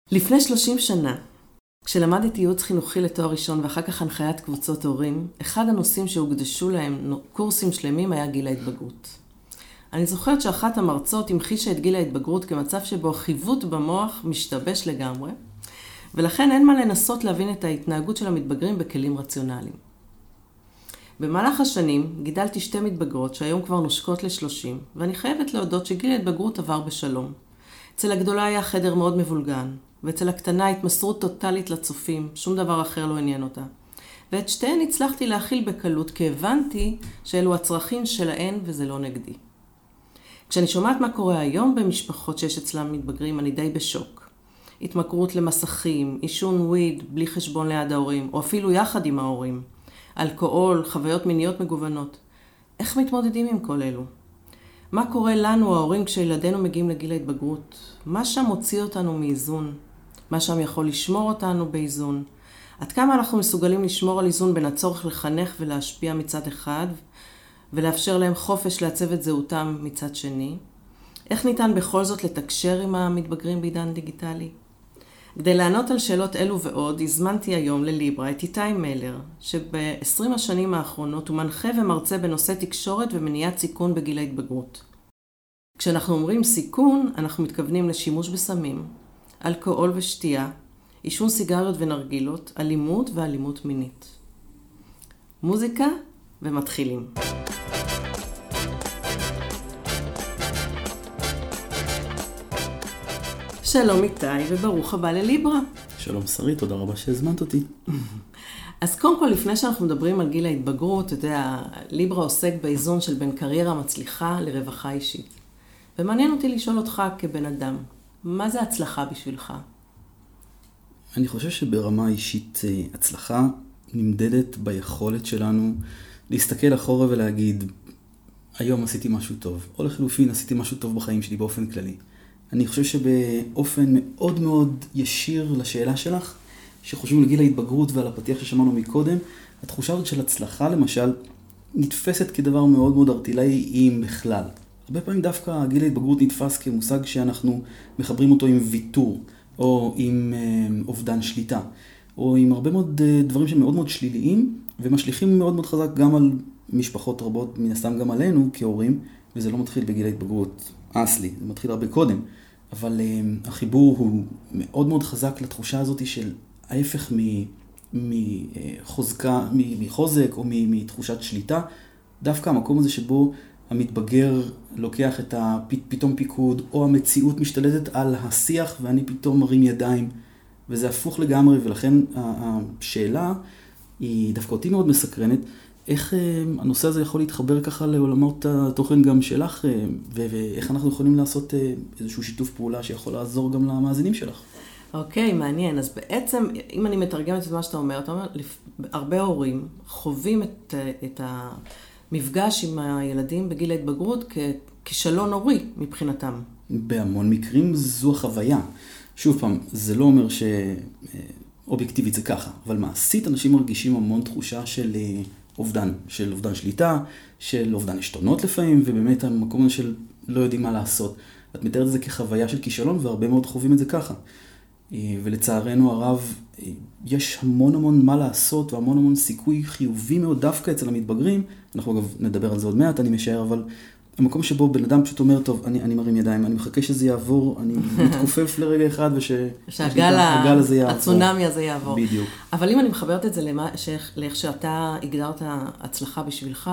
לפני 30 שנה, כשלמדתי ייעוץ חינוכי לתואר ראשון ואחר כך הנחיית קבוצות הורים, אחד הנושאים שהוקדשו להם קורסים שלמים היה גיל ההתבגרות. אני זוכרת שאחת המרצות המחישה את גיל ההתבגרות כמצב שבו החיווט במוח משתבש לגמרי, ולכן אין מה לנסות להבין את ההתנהגות של המתבגרים בכלים רציונליים. במהלך השנים גידלתי 2 מתבגרות שהיום כבר נושקות ל-30, ואני חייבת להודות שגיל ההתבגרות עבר בשלום. אצל הגדולה היה חדר מאוד מבולגן, ואצל הקטנה התמסרות טוטלית לצופים, שום דבר אחר לא עניין אותה. ואת שתיהן הצלחתי להכיל בקלות, כי הבנתי שאלו הצרכים שלהן וזה לא נגדי. כשאני שומעת מה קורה היום במשפחות שיש אצלם מתבגרים, אני די בשוק. התמכרות למסכים, עישון וויד בלי חשבון ליד ההורים, או אפילו יחד עם ההורים, אלכוהול, חוויות מיניות מגוונות. איך מתמודדים עם כל אלו? מה קורה לנו, ההורים, כשילדינו מגיעים לגיל ההתבגרות? מה שם מוציא אותנו מאיזון? מה שם יכול לשמור אותנו באיזון? עד כמה אנחנו מסוגלים לשמור על איזון בין הצורך לחנך ולהשפיע מצד אחד, ולאפשר להם חופש לעצב את זהותם מצד שני? איך ניתן בכל זאת לתקשר עם המתבגרים בעידן דיגיטלי? כדי לענות על שאלות אלו ועוד, הזמנתי היום לליברה את איתי מלר, שב-20 השנים האחרונות הוא מנחה ומרצה בנושא תקשורת ומניעת סיכון בגיל ההתבגרות. כשאנחנו אומרים סיכון, אנחנו מתכוונים לשימוש בסמים, אלכוהול ושתייה, עישון סיגריות ונרגילות, אלימות ואלימות מינית. מוזיקה ומתחילים. שלום איתי וברוך הבא לליברה. שלום שרי, תודה רבה שהזמנת אותי. אז קודם כל, לפני שאנחנו מדברים על גיל ההתבגרות, אתה יודע, ליברה עוסק באיזון של בין קריירה מצליחה לרווחה אישית. ומעניין אותי לשאול אותך כבן אדם, מה זה הצלחה בשבילך? אני חושב שברמה אישית הצלחה נמדדת ביכולת שלנו להסתכל אחורה ולהגיד, היום עשיתי משהו טוב, או לחלופין עשיתי משהו טוב בחיים שלי באופן כללי. אני חושב שבאופן מאוד מאוד ישיר לשאלה שלך, שחושבים על גיל ההתבגרות ועל הפתיח ששמענו מקודם, התחושה הזאת של הצלחה למשל נתפסת כדבר מאוד מאוד ארטילאי אם בכלל. הרבה פעמים דווקא גיל ההתבגרות נתפס כמושג שאנחנו מחברים אותו עם ויתור, או עם אובדן שליטה, או עם הרבה מאוד דברים שמאוד מאוד שליליים, ומשליכים מאוד מאוד חזק גם על משפחות רבות, מן הסתם גם עלינו כהורים, וזה לא מתחיל בגיל ההתבגרות אסלי, זה מתחיל הרבה קודם, אבל החיבור הוא מאוד מאוד חזק לתחושה הזאת של ההפך מחוזק או מתחושת שליטה, דווקא המקום הזה שבו המתבגר לוקח את פתאום פיקוד, או המציאות משתלטת על השיח ואני פתאום מרים ידיים, וזה הפוך לגמרי, ולכן השאלה היא דווקא אותי מאוד מסקרנת, איך הנושא הזה יכול להתחבר ככה לעולמות התוכן גם שלך, ואיך אנחנו יכולים לעשות איזשהו שיתוף פעולה שיכול לעזור גם למאזינים שלך. אוקיי, מעניין. אז בעצם, אם אני מתרגמת את מה שאתה אומר, הרבה הורים חווים את המפגש עם הילדים בגיל ההתבגרות ככישלון הורי מבחינתם. בהמון מקרים זו החוויה. שוב פעם, זה לא אומר שאובייקטיבית זה ככה, אבל מעשית אנשים מרגישים המון תחושה של אובדן שליטה, של אובדן עשתונות לפעמים, ובאמת המקום הזה של לא יודעים מה לעשות. את מתארת את זה כחוויה של כישלון, והרבה מאוד חווים את זה ככה. ולצערנו הרב, יש המון המון מה לעשות, והמון המון סיכוי חיובי מאוד דווקא אצל המתבגרים. אנחנו אגב נדבר על זה עוד מעט, אני משער, אבל המקום שבו בן אדם פשוט אומר, טוב, אני מרים ידיים, אני מחכה שזה יעבור, אני מתכופף לרגע אחד, שהגל הזה יעבור. הצונמי הזה יעבור. בדיוק. אבל אם אני מחברת את זה לאיך שאתה הגדרת הצלחה בשבילך,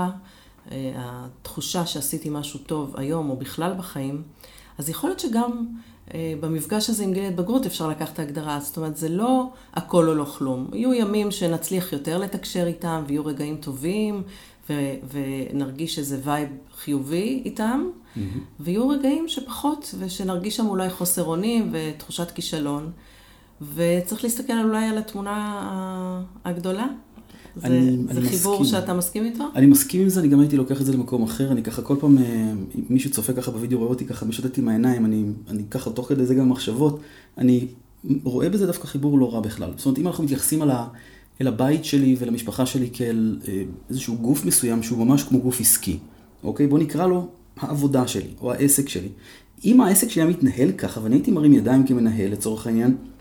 התחושה שעשיתי משהו טוב היום או בכלל בחיים, אז יכול להיות שגם במפגש הזה עם גיל ההתבגרות אפשר לקחת את ההגדרה. זאת אומרת, זה לא הכל או לא כלום. יהיו ימים שנצליח יותר לתקשר איתם, ויהיו רגעים טובים, ונרגיש איזה וייב חיובי איתם, ויהיו רגעים שפחות, ושנרגיש שם אולי חוסר אונים ותחושת כישלון, וצריך להסתכל אולי על התמונה הגדולה. זה חיבור שאתה מסכים איתו? אני מסכים עם זה, אני גם הייתי לוקח את זה למקום אחר, אני ככה כל פעם, מישהו צופה ככה בווידאו, רואה אותי ככה משוטט עם העיניים, אני ככה תוך כדי זה גם מחשבות, אני רואה בזה דווקא חיבור לא רע בכלל. זאת אומרת, אם אנחנו מתייחסים אל הבית שלי ולמשפחה שלי כאל איזשהו גוף מסוים שהוא ממש כמו גוף עסקי, אוקיי? בוא נקרא לו העבודה שלי או העסק שלי. אם העסק שלי מתנהל ככה, ואני הייתי מרים ידיים כמנהל לצורך העניין,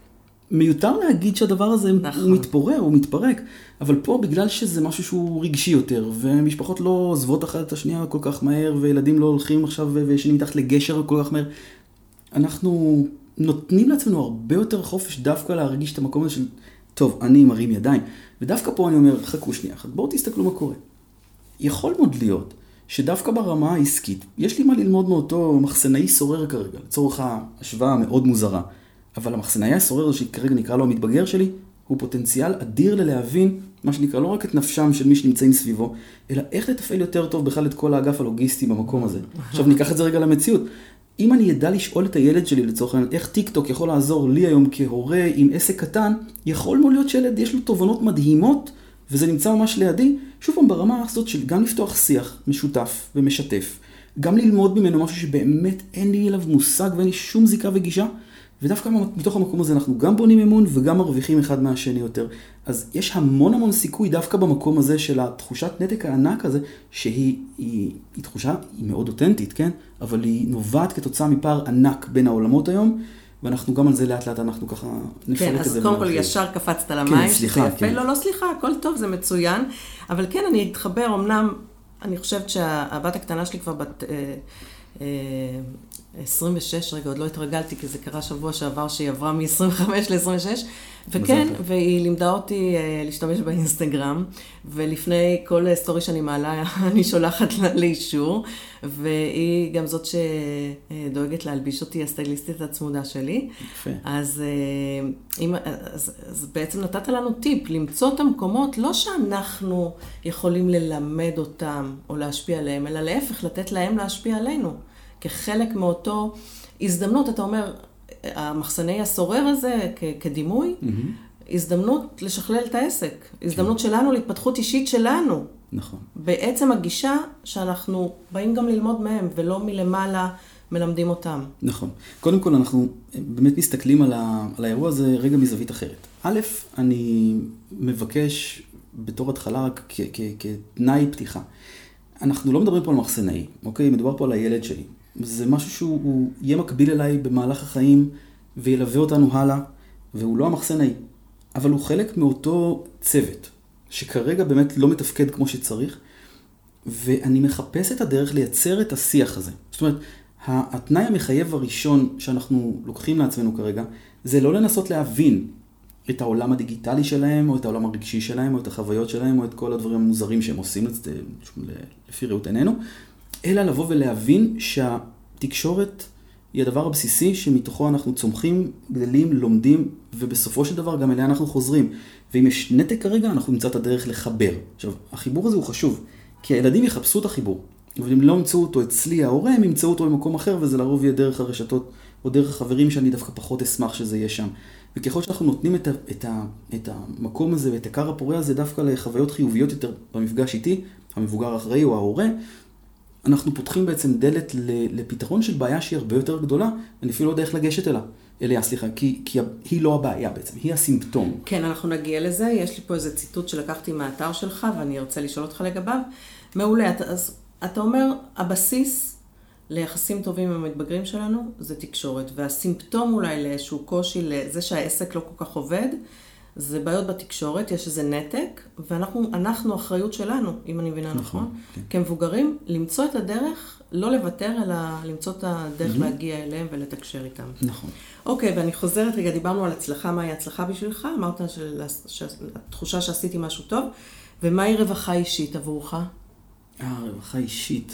מיותר להגיד שהדבר הזה נכון. הוא מתפורר, הוא מתפרק, אבל פה בגלל שזה משהו שהוא רגשי יותר, ומשפחות לא עוזבות אחת את השנייה כל כך מהר, וילדים לא הולכים עכשיו וישנים מתחת לגשר כל כך מהר, אנחנו נותנים לעצמנו הרבה יותר חופש דווקא להרגיש את המקום הזה של, טוב, אני מרים ידיים, ודווקא פה אני אומר, חכו שנייה אחת, בואו תסתכלו מה קורה. יכול מאוד להיות שדווקא ברמה העסקית, יש לי מה ללמוד מאותו מחסנאי סורר כרגע, לצורך ההשוואה המאוד מוזרה, אבל המחסנאי הסורר הזה שכרגע נקרא לו המתבגר שלי, הוא פוטנציאל אדיר ללהבין, מה שנקרא לא רק את נפשם של מי שנמצאים סביבו, אלא איך לתפעל יותר טוב בכלל את כל האגף הלוגיסטי במקום הזה. עכשיו ניקח את זה רגע למציאות. אם אני ידע לשאול את הילד שלי לצורך העניין, איך טיק טוק יכול לעזור לי היום כהורה עם עסק קטן, יכול מאוד להיות שילד יש לו תובנות מדהימות, וזה נמצא ממש לידי, שוב פעם ברמה הזאת של גם לפתוח שיח משותף ומשתף, גם ללמוד ממנו משהו שבאמת אין לי אליו מושג ואין לי שום זיקה וגישה, ודווקא מתוך המקום הזה אנחנו גם בונים אמון וגם מרוויחים אחד מהשני יותר. אז יש המון סיכוי דווקא במקום הזה של התחושת נתק הענק הזה, שהיא תחושה, היא מאוד אותנטית, כן? אבל היא נובעת כתוצאה מפער ענק בין העולמות היום, ואנחנו גם על זה לאט אנחנו ככה נפרק את זה. כן, אז קודם כל ישר קפצת למים. כן, סליחה. כן. לא, סליחה, הכל טוב, זה מצוין. אבל כן, אני אתחבר, אמנם, אני חושבת שהבת הקטנה שלי כבר בת 26, רגע, עוד לא התרגלתי, כי זה קרה שבוע שעבר שהיא עברה מ-25 ל-26, וכן, והיא לימדה אותי להשתמש באינסטגרם, ולפני כל סטורי שאני מעלה, אני שולחת לה לאישור, והיא גם זאת שדואגת להלביש אותי, הסטייליסטית הצמודה שלי. יפה. אז בעצם נתת לנו טיפ, למצוא את המקומות, לא שאנחנו יכולים ללמד אותם או להשפיע עליהם, אלא להפך, לתת להם להשפיע עלינו. כחלק מאותו הזדמנות, אתה אומר, המחסני הסורר הזה כדימוי, הזדמנות לשכלל את העסק, הזדמנות שלנו להתפתחות אישית שלנו. נכון. בעצם הגישה שאנחנו באים גם ללמוד מהם, ולא מלמעלה מלמדים אותם. נכון. קודם כל אנחנו באמת מסתכלים על האירוע הזה רגע מזווית אחרת. א', אני מבקש בתור התחלה רק כתנאי פתיחה. אנחנו לא מדברים פה על מחסנאי, אוקיי? מדובר פה על הילד שלי. זה משהו שהוא יהיה מקביל אליי במהלך החיים וילווה אותנו הלאה, והוא לא המחסנאי, אבל הוא חלק מאותו צוות, שכרגע באמת לא מתפקד כמו שצריך, ואני מחפש את הדרך לייצר את השיח הזה. זאת אומרת, התנאי המחייב הראשון שאנחנו לוקחים לעצמנו כרגע, זה לא לנסות להבין את העולם הדיגיטלי שלהם, או את העולם הרגשי שלהם, או את החוויות שלהם, או את כל הדברים המוזרים שהם עושים לפי ראות עינינו, אלא לבוא ולהבין שהתקשורת היא הדבר הבסיסי שמתוכו אנחנו צומחים, גדלים, לומדים, ובסופו של דבר גם אליה אנחנו חוזרים. ואם יש נתק כרגע, אנחנו נמצא את הדרך לחבר. עכשיו, החיבור הזה הוא חשוב, כי הילדים יחפשו את החיבור, אבל אם לא ימצאו אותו אצלי ההורה, הם ימצאו אותו במקום אחר, וזה לרוב יהיה דרך הרשתות, או דרך החברים שאני דווקא פחות אשמח שזה יהיה שם. וככל שאנחנו נותנים את המקום הזה ואת הקר הפורה הזה דווקא לחוויות חיוביות יותר במפגש איתי, המבוגר האחראי או ההורה, אנחנו פותחים בעצם דלת לפתרון של בעיה שהיא הרבה יותר גדולה, אני אפילו לא יודע איך לגשת אליה, סליחה, כי היא לא הבעיה בעצם, היא הסימפטום. כן, אנחנו נגיע לזה, יש לי פה איזה ציטוט שלקחתי מהאתר שלך, ואני ארצה לשאול אותך לגביו. מעולה, אז אתה אומר, הבסיס ליחסים טובים עם המתבגרים שלנו זה תקשורת, והסימפטום אולי לאיזשהו קושי לזה שהעסק לא כל כך עובד, זה בעיות בתקשורת, יש איזה נתק, ואנחנו אחריות שלנו, אם אני מבינה נכון, כמבוגרים, למצוא את הדרך, לא לוותר, אלא למצוא את הדרך להגיע אליהם ולתקשר איתם. נכון. אוקיי, ואני חוזרת רגע, דיברנו על הצלחה, מהי הצלחה בשבילך? אמרת התחושה שעשיתי משהו טוב, ומהי רווחה אישית עבורך? רווחה אישית.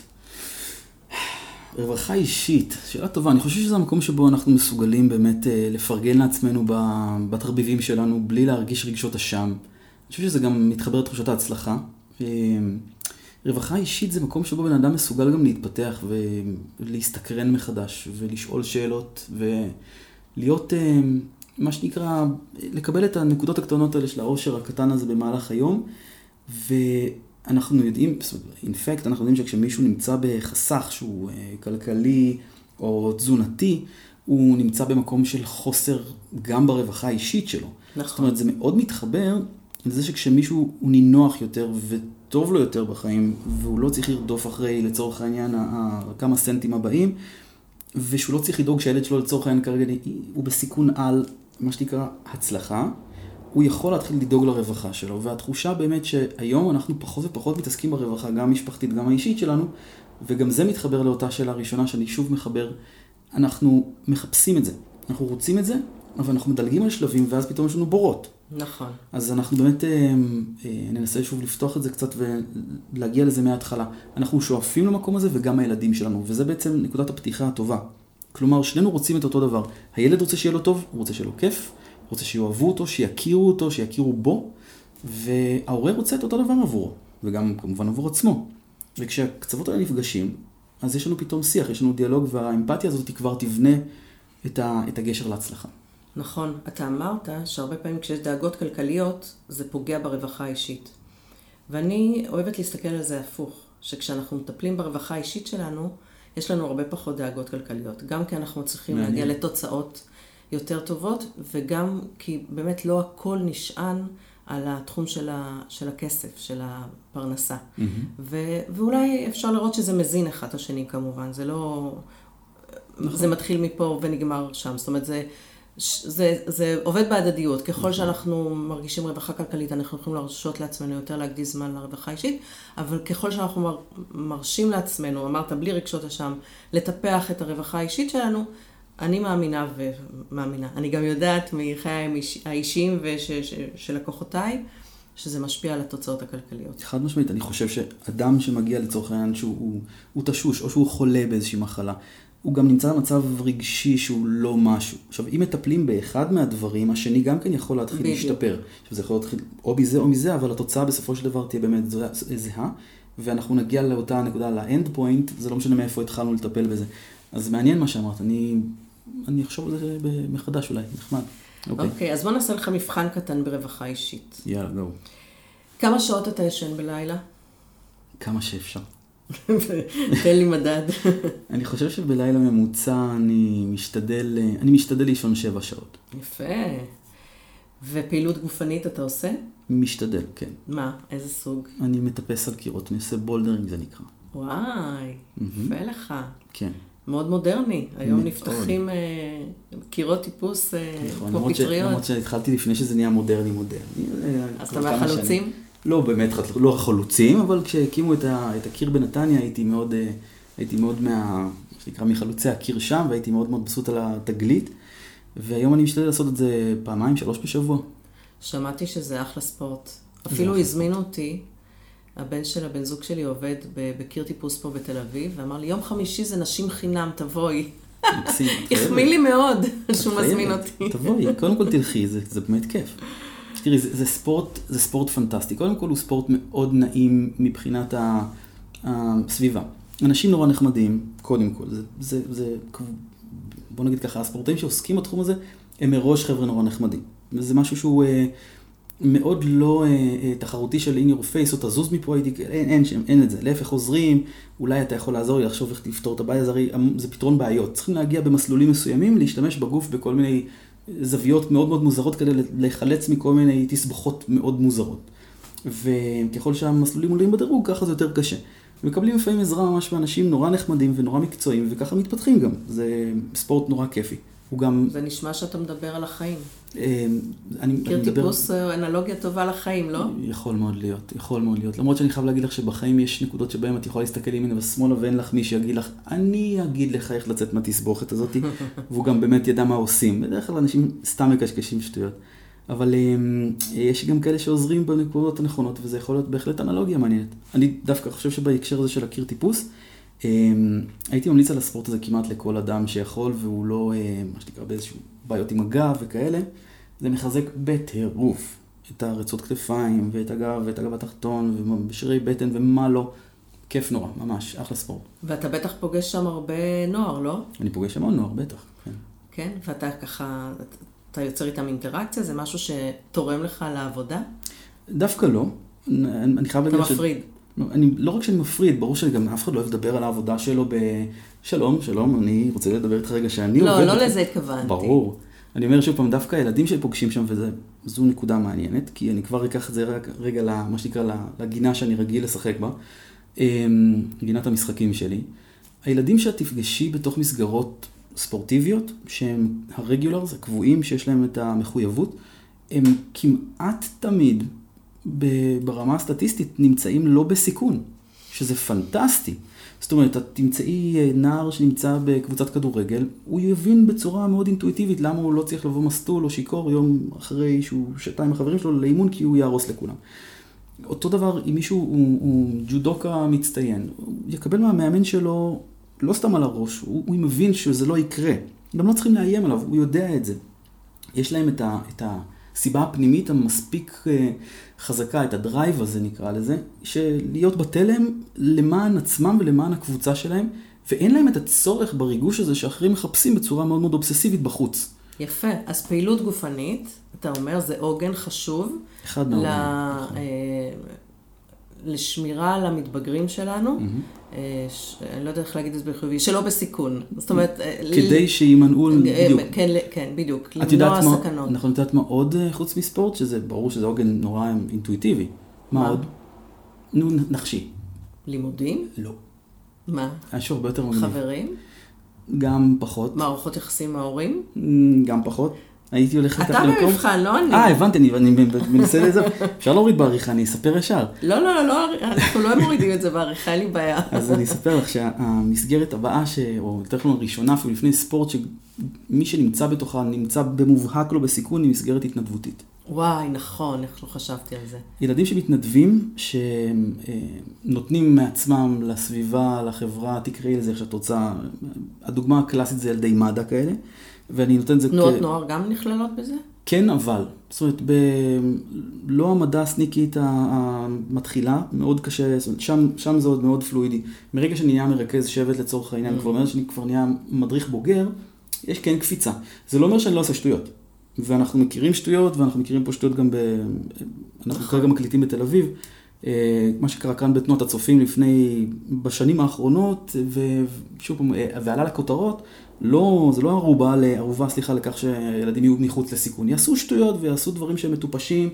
רווחה אישית, שאלה טובה. אני חושב שזה המקום שבו אנחנו מסוגלים באמת לפרגן לעצמנו בתרביבים שלנו, בלי להרגיש רגשות אשם. אני חושב שזה גם מתחבר לתחושת ההצלחה. רווחה אישית זה מקום שבו בן אדם מסוגל גם להתפתח ולהסתקרן מחדש, ולשאול שאלות, ולהיות, מה שנקרא, לקבל את הנקודות הקטנות האלה של העושר הקטן הזה במהלך היום, אנחנו יודעים, אינפקט, אנחנו יודעים שכשמישהו נמצא בחסך שהוא כלכלי או תזונתי, הוא נמצא במקום של חוסר גם ברווחה האישית שלו. נכון. זאת אומרת, זה מאוד מתחבר לזה שכשמישהו הוא נינוח יותר וטוב לו יותר בחיים, והוא לא צריך לרדוף אחרי, לצורך העניין, כמה סנטים הבאים, ושהוא לא צריך לדאוג שהילד שלו לצורך העניין כרגע הוא בסיכון על, מה שנקרא הצלחה, הוא יכול להתחיל לדאוג לרווחה שלו, והתחושה באמת שהיום אנחנו פחות ופחות מתעסקים ברווחה, גם המשפחתית, גם האישית שלנו, וגם זה מתחבר לאותה שאלה הראשונה שאני שוב מחבר, אנחנו מחפשים את זה, אנחנו רוצים את זה, אבל אנחנו מדלגים על שלבים, ואז פתאום יש לנו בורות. נכון. אז אנחנו באמת ננסה שוב לפתוח את זה קצת ולהגיע לזה מההתחלה. אנחנו שואפים למקום הזה וגם הילדים שלנו, וזה בעצם נקודת הפתיחה הטובה. כלומר, שנינו רוצים את אותו דבר. הילד רוצה שיהיה לו טוב, הוא רוצה שיהיה לו כיף, הוא רוצה שיאהבו אותו, שיכירו אותו, שיכירו בו, וההורה רוצה את אותו דבר עבורו, וגם כמובן עבור עצמו. וכשהקצוות האלה נפגשים, אז יש לנו פתאום שיח, יש לנו דיאלוג, והאמפתיה הזאת כבר תבנה את הגשר להצלחה. נכון, אתה אמרת שהרבה פעמים כשיש דאגות כלכליות, זה פוגע ברווחה האישית. ואני אוהבת להסתכל על זה הפוך, שכשאנחנו מטפלים ברווחה האישית שלנו, יש לנו הרבה פחות דאגות כלכליות. גם כי אנחנו צריכים להגיע לתוצאות יותר טובות, וגם כי באמת לא הכל נשען על התחום של הכסף, של הפרנסה. ואולי אפשר לראות שזה מזין אחד השני כמובן, זה לא... זה מתחיל מפה ונגמר שם, זאת אומרת זה עובד בהדדיות. ככל שאנחנו מרגישים רווחה כלכלית, אנחנו יכולים להרשות לעצמנו יותר להקדיש זמן לרווחה אישית, אבל ככל שאנחנו מרשים לעצמנו, אמרת בלי רגשות אשם, לטפח את הרווחה האישית שלנו, אני מאמינה ומאמינה. אני גם יודעת מחיי האישיים ושל לקוחותיי, שזה משפיע על התוצאות הכלכליות. חד משמעית, אני חושב שאדם שמגיע לצורך העניין שהוא תשוש, או שהוא חולה באיזושהי מחלה, הוא גם נמצא במצב רגשי שהוא לא משהו. עכשיו, אם מטפלים באחד מהדברים, השני גם כן יכול להתחיל להשתפר. עכשיו, זה יכול להתחיל או מזה או מזה, אבל התוצאה בסופו של דבר תהיה באמת זהה, ואנחנו נגיע לאותה נקודה, לאנד פוינט, זה לא משנה מאיפה התחלנו לטפל בזה. אז מעניין מה שאמרת, אני אחשוב על זה מחדש אולי, נחמד. אוקיי, אז בוא נעשה לך מבחן קטן ברווחה אישית. יאללה, גו. כמה שעות אתה ישן בלילה? כמה שאפשר. תן לי מדד. אני חושב שבלילה ממוצע אני משתדל לישון 7 שעות. יפה. ופעילות גופנית אתה עושה? משתדל, כן. מה? איזה סוג? אני מטפס על קירות, אני עושה בולדרינג זה נקרא. וואי, יפה לך. כן. מאוד מודרני. היום נפתחים קירות טיפוס כמו פטריות. למרות שהתחלתי לפני שזה נהיה מודרני. אז אתה מהחלוצים? לא באמת, לא חלוצים, אבל כשהקימו את הקיר בנתניה, הייתי מאוד מחלוצי הקיר שם, והייתי מאוד מאוד בסות על התגלית, והיום אני משתדל לעשות את זה 2-3 בשבוע. שמעתי שזה אחלה ספורט. אפילו הזמינו אותי, הבן זוג שלי עובד בקיר טיפוס פה בתל אביב, ואמר לי, יום חמישי זה נשים חינם, תבואי. החמיא לי מאוד שהוא מזמין אותי. תבואי, קודם כל תלכי, זה באמת כיף. תראי, זה ספורט פנטסטי. קודם כל הוא ספורט מאוד נעים מבחינת הסביבה. אנשים נורא נחמדים, קודם כל. בוא נגיד ככה, הספורטאים שעוסקים בתחום הזה, הם מראש חבר'ה נורא נחמדים. וזה משהו שהוא מאוד לא תחרותי של in your face, או תזוז מפה, אין את זה. להפך עוזרים, אולי אתה יכול לעזור לי לחשוב איך לפתור את הבעיה, זה פתרון בעיות. צריכים להגיע במסלולים מסוימים, להשתמש בגוף בכל מיני זוויות מאוד מאוד מוזרות כדי לחלץ מכל מיני תסבוכות מאוד מוזרות. וככל שהמסלולים עולים בדירוג, ככה זה יותר קשה. ומקבלים לפעמים עזרה ממש מאנשים נורא נחמדים ונורא מקצועיים, וככה מתפתחים גם. זה ספורט נורא כיפי. זה נשמע שאתה מדבר על החיים. קיר טיפוס אנלוגיה טובה לחיים, לא? יכול מאוד להיות. למרות שאני חייב להגיד לך שבחיים יש נקודות שבהן את יכולה להסתכל ימינה ושמאלה, ואין לך מי שיגיד לך, אני אגיד לך איך לצאת מהתסבוכת הזאת, והוא גם באמת ידע מה עושים. בדרך כלל אנשים סתם מקשקשים שטויות. אבל יש גם כאלה שעוזרים בנקודות הנכונות, וזה יכול להיות בהחלט אנלוגיה מעניינת. אני דווקא חושב שבהקשר הזה של הקיר טיפוס, הייתי ממליץ על הספורט הזה כמעט לכל אדם שיכול, והוא לא, מה שנקרא, באיזשהו בעיות עם הגב וכאלה. זה מחזק בטירוף את הרצות כתפיים, ואת הגב, ואת הגב התחתון, ובשרי בטן ומה לא. כיף נורא, ממש, אחלה ספורט. ואתה בטח פוגש שם הרבה נוער, לא? אני פוגש שם נוער, בטח, כן. כן? ואתה ככה, אתה יוצר איתם אינטראקציה? זה משהו שתורם לך לעבודה? דווקא לא. אני חייב להגיד אתה מפריד. לא רק שאני מפריד, ברור שגם אף אחד לא אוהב לדבר על העבודה שלו שלום, אני רוצה לדבר איתך רגע שאני עובד. לא לזה התכוונתי. ברור. אני אומר שוב פעם, דווקא הילדים שפוגשים שם, וזו נקודה מעניינת, כי אני כבר אקח את זה רגע, מה שנקרא, לגינה שאני רגיל לשחק בה, גינת המשחקים שלי. הילדים שאת תפגשי בתוך מסגרות ספורטיביות, שהם הרגולרס, הקבועים, שיש להם את המחויבות, הם כמעט תמיד ברמה הסטטיסטית נמצאים לא בסיכון, שזה פנטסטי. זאת אומרת, את תמצאי נער שנמצא בקבוצת כדורגל, הוא יבין בצורה מאוד אינטואיטיבית למה הוא לא צריך לבוא מסטול או שיקור יום אחרי שהוא שתה עם החברים שלו לאימון, כי הוא יהרוס לכולם. אותו דבר, אם מישהו הוא ג'ודוקה מצטיין, הוא יקבל מהמאמן שלו לא סתם על הראש, הוא מבין שזה לא יקרה. גם לא צריכים לאיים עליו, הוא יודע את זה. יש להם את הסיבה הפנימית המספיק חזקה, את הדרייב הזה נקרא לזה, שלהיות בתלם למען עצמם ולמען הקבוצה שלהם, ואין להם את הצורך בריגוש הזה שאחרים מחפשים בצורה מאוד מאוד אובססיבית בחוץ. יפה, אז פעילות גופנית, אתה אומר, זה עוגן חשוב. אחד מהעוגן. לשמירה על המתבגרים שלנו, אני לא יודע איך להגיד את זה בחיובי, שלא בסיכון. זאת אומרת... כדי שימנעו בדיוק. כן, בדיוק. למנוע סכנות. אנחנו יודעת מה עוד חוץ מספורט, שזה ברור שזה עוגן נורא אינטואיטיבי. מה עוד? נו, נחשי. לימודים? לא. מה? יש הרבה יותר מגניב. חברים? גם פחות. מערכות יחסים מההורים? גם פחות. הייתי הולך לקח למקום. אתה במבחן, לא אני. הבנתי, אני מנסה לזה. אפשר להוריד בעריכה, אני אספר ישר. לא, אנחנו לא מורידים את זה בעריכה, אין לי בעיה. אז אני אספר לך שהמסגרת הבאה, או יותר כלומר ראשונה, אפילו לפני ספורט, שמי שנמצא בתוכה, נמצא במובהק לו בסיכון, היא מסגרת התנדבותית. וואי, נכון, איך לא חשבתי על זה. ילדים שמתנדבים, שנותנים מעצמם לסביבה, לחברה, תקראי לזה איך שאת רוצה. הדוגמה הקלאסית זה ילדי מד"א כאלה. ואני נותן זה... תנועות נוער גם נכללות בזה? כן, אבל. זאת אומרת, לא המדע הסניקית המתחילה, מאוד קשה, זאת אומרת, שם זה עוד מאוד פלואידי. מרגע שאני נהיה מרכז שבט לצורך העניין, כבר אומר שאני כבר נהיה מדריך בוגר, יש כן קפיצה. זה לא אומר שאני לא עושה שטויות. ואנחנו מכירים שטויות, ואנחנו מכירים פה שטויות גם אנחנו כרגע מקליטים בתל אביב, מה שקרה כאן בתנועות הצופים בשנים האחרונות, ושוב פעם, ועלה לכותרות, זה לא ערובה לכך שילדים יהיו מחוץ לסיכון. יעשו שטויות ויעשו דברים שהם מטופשים,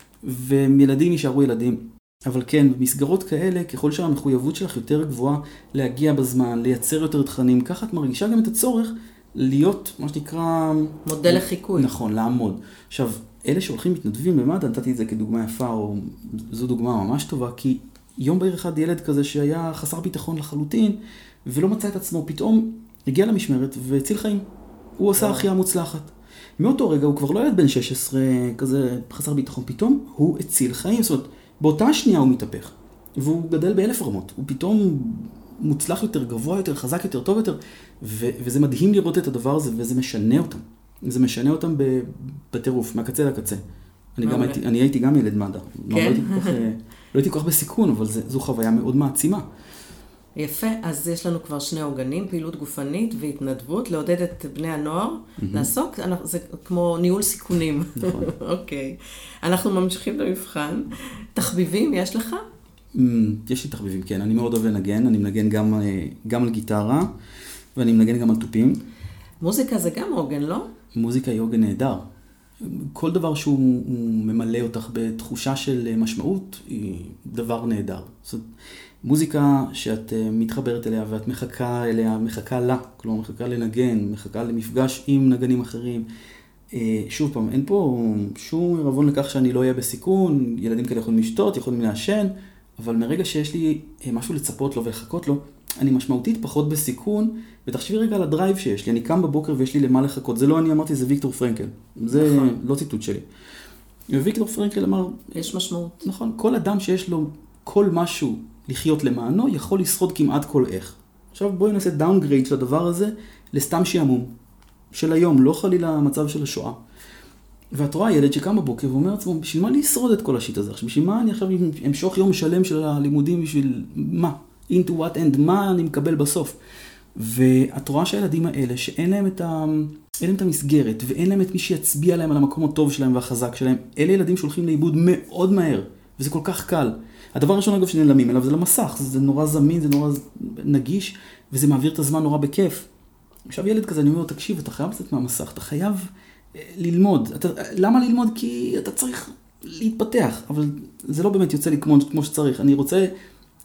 וילדים יישארו ילדים. אבל כן, במסגרות כאלה, ככל שהמחויבות שלך יותר גבוהה, להגיע בזמן, לייצר יותר תכנים, ככה את מרגישה גם את הצורך להיות, מה שנקרא... מודל לחיקוי. נכון, לעמוד. עכשיו, אלה שהולכים מתנדבים במד"א, נתתי את זה כדוגמה יפה, או זו דוגמה ממש טובה, כי יום בהיר אחד ילד כזה שהיה חסר ביטחון לחלוטין, ולא מצא את עצמו, פתאום הגיע למשמרת והציל חיים. הוא עשה החיה מוצלחת. מאותו רגע הוא כבר לא ילד בן 16, כזה חסר ביטחון, פתאום הוא הציל חיים. זאת אומרת, באותה שנייה הוא מתהפך, והוא גדל ב1000 רמות. הוא פתאום מוצלח יותר, גבוה יותר, חזק יותר, טוב יותר, וזה מדהים לראות את הדבר הזה, וזה משנה אותם. זה משנה אותם בטירוף, מהקצה לקצה. אני הייתי גם ילד מד"א. כן? לא הייתי כל כך בסיכון, אבל זו חוויה מאוד מעצימה. יפה, אז יש לנו כבר שני עוגנים, פעילות גופנית והתנדבות, לעודד את בני הנוער, לעסוק, זה כמו ניהול סיכונים. נכון. אוקיי. אנחנו ממשיכים למבחן. תחביבים יש לך? יש לי תחביבים, כן. אני מאוד אוהב לנגן, אני מנגן גם על גיטרה, ואני מנגן גם על טופים. מוזיקה זה גם עוגן, לא? מוזיקה היא עוגן נהדר. כל דבר שהוא ממלא אותך בתחושה של משמעות, היא דבר נהדר. זאת מוזיקה שאת מתחברת אליה ואת מחכה לה, כלומר מחכה לנגן, מחכה למפגש עם נגנים אחרים. שוב פעם, אין פה שום ערבון לכך שאני לא אהיה בסיכון, ילדים כאלה יכולים לשתות, יכולים לעשן, אבל מרגע שיש לי משהו לצפות לו ולחכות לו, אני משמעותית פחות בסיכון, ותחשבי רגע על הדרייב שיש לי, אני קם בבוקר ויש לי למה לחכות, זה לא אני אמרתי, זה ויקטור פרנקל, זה לא ציטוט שלי. וויקטור פרנקל אמר... יש משמעות. נכון, כל אדם שיש לו כל משהו לחיות למענו, יכול לשרוד כמעט כל איך. עכשיו בואי נעשה דאונגרייד של הדבר הזה, לסתם שעמום, של היום, לא חלילה המצב של השואה. ואת רואה ילד שקם בבוקר ואומר לעצמו, בשביל מה לשרוד את כל השיט הזה? בשביל מה אני עכשיו אמשוך יום שלם של הלימודים, בשביל מה? into what end, מה אני מקבל בסוף? ואת רואה שהילדים האלה, שאין להם את המסגרת, ואין להם את מי שיצביע להם על המקום הטוב שלהם והחזק שלהם, אלה ילדים שהולכים לאיבוד מאוד מהר, וזה כל כך קל. הדבר הראשון אגב שנעלמים אליו זה למסך, זה נורא זמין, זה נורא נגיש, וזה מעביר את הזמן נורא בכיף. עכשיו ילד כזה, אני אומר, תקשיב, אתה חייב לצאת מהמסך, אתה חייב ללמוד. למה ללמוד? כי אתה צריך להתפתח, אבל זה לא באמת יוצא לי כמו שצריך. אני רוצה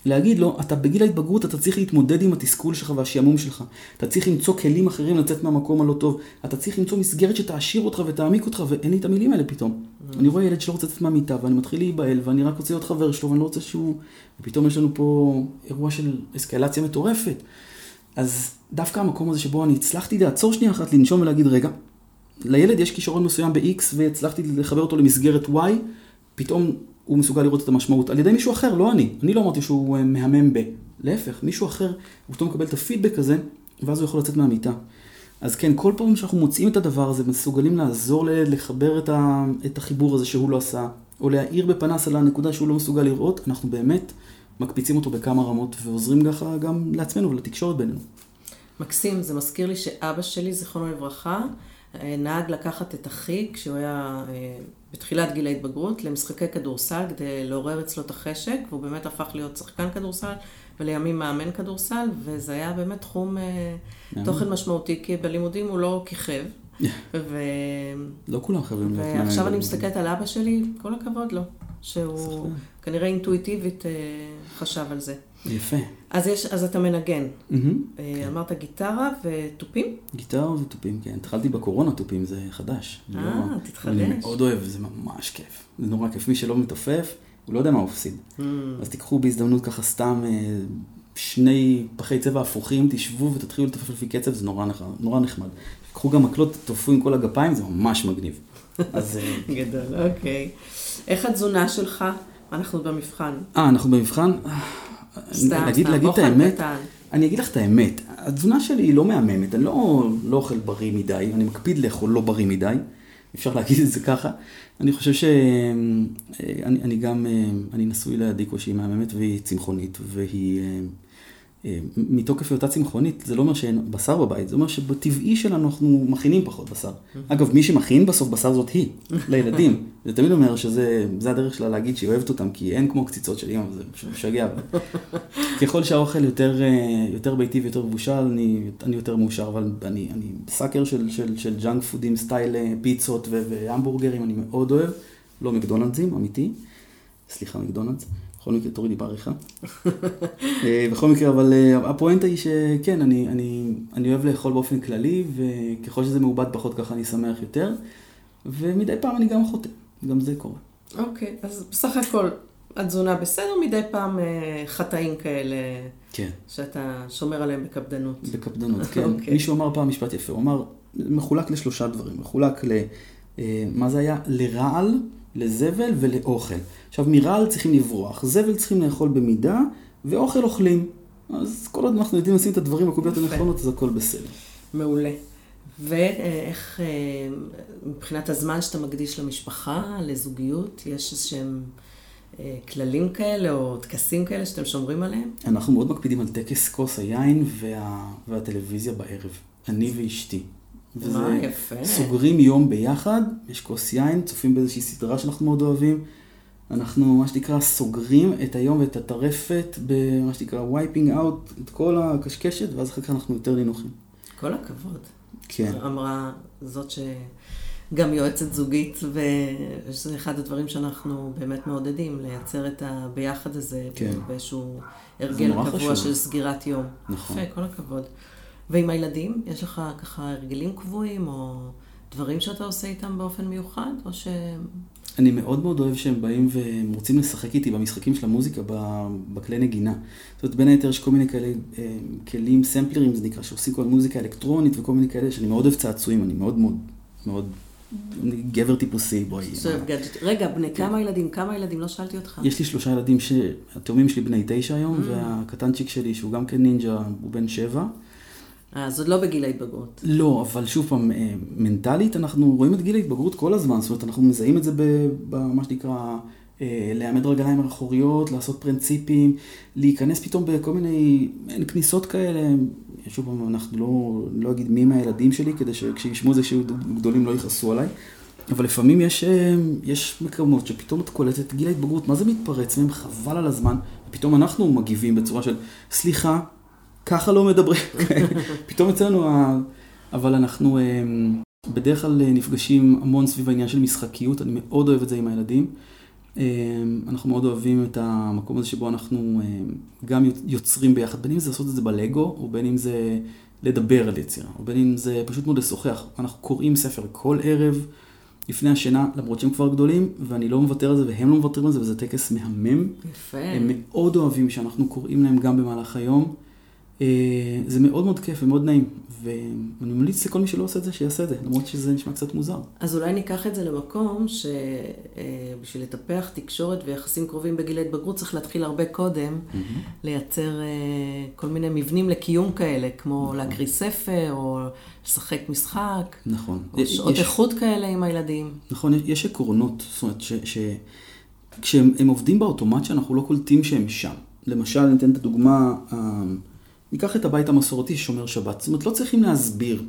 להגיד לו, אתה בגיל ההתבגרות, אתה צריך להתמודד עם התסכול שלך והשעמום שלך. אתה צריך למצוא כלים אחרים לצאת מהמקום הלא טוב. אתה צריך למצוא מסגרת שתעשיר אותך ותעמיק אותך, ואין לי את המילים האלה פתאום. אני רואה ילד שלא רוצה לצאת מהמיטה, ואני מתחיל להיבהל, ואני רק רוצה להיות חבר שלו, ואני לא רוצה שהוא... ופתאום יש לנו פה אירוע של אסקלציה מטורפת. אז דווקא המקום הזה שבו אני הצלחתי לעצור שנייה אחת, לנשום ולהגיד, רגע, לילד יש כישרון מסוים ב-X, והצלחתי לחבר אותו למסגרת Y, פתאום הוא מסוגל לראות את המשמעות על ידי מישהו אחר, לא אני. אני לא אמרתי שהוא מהמם להפך, מישהו אחר, הוא פתאום מקבל את הפידבק הזה, ואז הוא יכול לצאת מהמיטה. אז כן, כל פעם שאנחנו מוצאים את הדבר הזה, מסוגלים לעזור לילד לחבר את החיבור הזה שהוא לא עשה, או להאיר בפנס על הנקודה שהוא לא מסוגל לראות, אנחנו באמת מקפיצים אותו בכמה רמות, ועוזרים ככה גם לעצמנו ולתקשורת בינינו. מקסים, זה מזכיר לי שאבא שלי, זיכרונו לברכה, נהג לקחת את אחי, כשהוא היה בתחילת גיל ההתבגרות, למשחקי כדורסל, כדי לעורר אצלו את החשק, והוא באמת הפך להיות שחקן כדורסל, ולימים מאמן כדורסל, וזה היה באמת תחום תוכן משמעותי, כי בלימודים הוא לא כיכב. לא כולם חייבים. ועכשיו אני מסתכלת על אבא שלי, כל הכבוד לו, שהוא כנראה אינטואיטיבית חשב על זה. יפה. אז אתה מנגן. אמרת גיטרה וטופים? גיטרה וטופים, כן. התחלתי בקורונה טופים, זה חדש. תתחדש. אני מאוד אוהב, זה ממש כיף. זה נורא כיף. מי שלא מתופף, הוא לא יודע מה הוא הפסיד. אז תיקחו בהזדמנות ככה סתם שני פחי צבע הפוכים, תשבו ותתחילו לתופף לפי קצב, זה נורא נחמד. תיקחו גם מקלות, תתופפו עם כל הגפיים, זה ממש מגניב. גדול, אוקיי. איך התזונה שלך? אנחנו במבחן. אנחנו במבחן? סתם, אני אגיד לך את האמת, התזונה שלי היא לא מהממת, אני לא אוכל בריא מדי, אני מקפיד לאכול לא בריא מדי, אפשר להגיד את זה ככה. אני חושב אני נשוי לידיקו שהיא מהממת והיא צמחונית, והיא מתוקף היותה צמחונית, זה לא אומר שאין בשר בבית, זה אומר שבטבעי שלנו אנחנו מכינים פחות בשר. אגב, מי שמכין בסוף בשר זאת היא, לילדים. זה תמיד אומר שזה הדרך שלה להגיד שהיא אוהבת אותם, כי אין כמו קציצות של אמא, זה משגע. ככל שהאוכל יותר ביתי ויותר מבושל, אני יותר מאושר, אבל אני סאקר של ג'אנק פודים, סטייל פיצות והמבורגרים, אני מאוד אוהב. לא מקדונלדסים, אמיתי. סליחה, מקדונלדס. בכל מקרה, תורידי בעריכה. בכל מקרה, אבל הפואנטה היא שכן, אני אוהב לאכול באופן כללי, וככל שזה מעובד פחות ככה אני שמח יותר, ומדי פעם אני גם חוטא, גם זה קורה. אוקיי, אז בסך הכל, התזונה בסדר, מדי פעם חטאים כאלה, כן. שאתה שומר עליהם בקפדנות. בקפדנות, כן. מישהו אמר פעם משפט יפה, הוא אמר, מחולק לשלושה דברים, מחולק מה זה היה? לרעל, לזבל ולאוכל. עכשיו, מרעל צריכים לברוח, זבל צריכים לאכול במידה, ואוכל אוכלים. אז כל עוד אנחנו יודעים לשים את הדברים בקוביות הנכונות, אז הכל בסדר. מעולה. ואיך, מבחינת הזמן שאתה מקדיש למשפחה, לזוגיות, יש איזשהם כללים כאלה או טקסים כאלה שאתם שומרים עליהם? אנחנו מאוד מקפידים על טקס כוס היין והטלוויזיה בערב. אני ואשתי. מה יפה. סוגרים יום ביחד, יש כוס יין, צופים באיזושהי סדרה שאנחנו מאוד אוהבים. אנחנו, מה שנקרא, סוגרים את היום ואת הטרפת, במה שנקרא, wiping out את כל הקשקשת, ואז אחר כך אנחנו יותר נינוחים. כל הכבוד. כן. אמרה זאת שגם יועצת זוגית, וזה אחד הדברים שאנחנו באמת מעודדים, לייצר את הביחד הזה, כן. באיזשהו הרגל קבוע של סגירת יום. נכון. יפה, כל הכבוד. ועם הילדים, יש לך ככה הרגלים קבועים, או דברים שאתה עושה איתם באופן מיוחד, או ש... אני מאוד מאוד אוהב שהם באים והם רוצים לשחק איתי במשחקים של המוזיקה, בכלי נגינה. זאת אומרת, בין היתר יש כל מיני כאלה כלים, סמפלרים, זה נקרא, שעושים כל מוזיקה אלקטרונית וכל מיני כאלה, שאני מאוד אוהב צעצועים, אני מאוד מאוד מאוד גבר טיפוסי, בואי. רגע, בני כמה ילדים? לא שאלתי אותך. יש לי 3 ילדים התאומים שלי בני 9 היום, והקטנצ'יק שלי, שהוא גם כן נינג'ה, הוא בן 7. אז עוד לא בגיל ההתבגרות. לא, אבל שוב פעם, מנטלית אנחנו רואים את גיל ההתבגרות כל הזמן, זאת אומרת, אנחנו מזהים את זה במה שנקרא, לעמד רגליים האחוריות, לעשות פרינציפים, להיכנס פתאום בכל מיני כניסות כאלה, שוב פעם, אנחנו לא אגיד מי מהילדים שלי, כדי שכשישמעו זה שהיו גדולים לא יכעסו עליי, אבל לפעמים יש מקומות שפתאום את קולטת גיל ההתבגרות, מה זה מתפרץ מהם? חבל על הזמן, ופתאום אנחנו מגיבים בצורה של, סליחה, ככה לא מדברים, פתאום אצלנו, אבל אנחנו בדרך כלל נפגשים המון סביב העניין של משחקיות, אני מאוד אוהב את זה עם הילדים, אנחנו מאוד אוהבים את המקום הזה שבו אנחנו גם יוצרים ביחד, בין אם זה לעשות את זה בלגו, או בין אם זה לדבר על יצירה, או בין אם זה פשוט מאוד לשוחח. אנחנו קוראים ספר כל ערב לפני השינה, למרות שהם כבר גדולים, ואני לא מוותר על זה, והם לא מוותרים על זה, וזה טקס מהמם. יפה. הם מאוד אוהבים שאנחנו קוראים להם גם במהלך היום. זה מאוד מאוד כיף ומאוד נעים, ואני ממליץ לכל מי שלא עושה את זה, שיעשה את זה, למרות שזה נשמע קצת מוזר. אז אולי ניקח את זה למקום שבשביל לטפח תקשורת ויחסים קרובים בגיל ההתבגרות, צריך להתחיל הרבה קודם, לייצר כל מיני מבנים לקיום כאלה, כמו להקריא ספר, או לשחק משחק, נכון. או שעות איכות כאלה עם הילדים. נכון, יש עקרונות, זאת אומרת, כשהם עובדים באוטומט שאנחנו לא קולטים שהם שם. למשל, ניתן את הדוגמה, ניקח את הבית המסורתי ששומר שבת. זאת אומרת, לא צריכים להסביר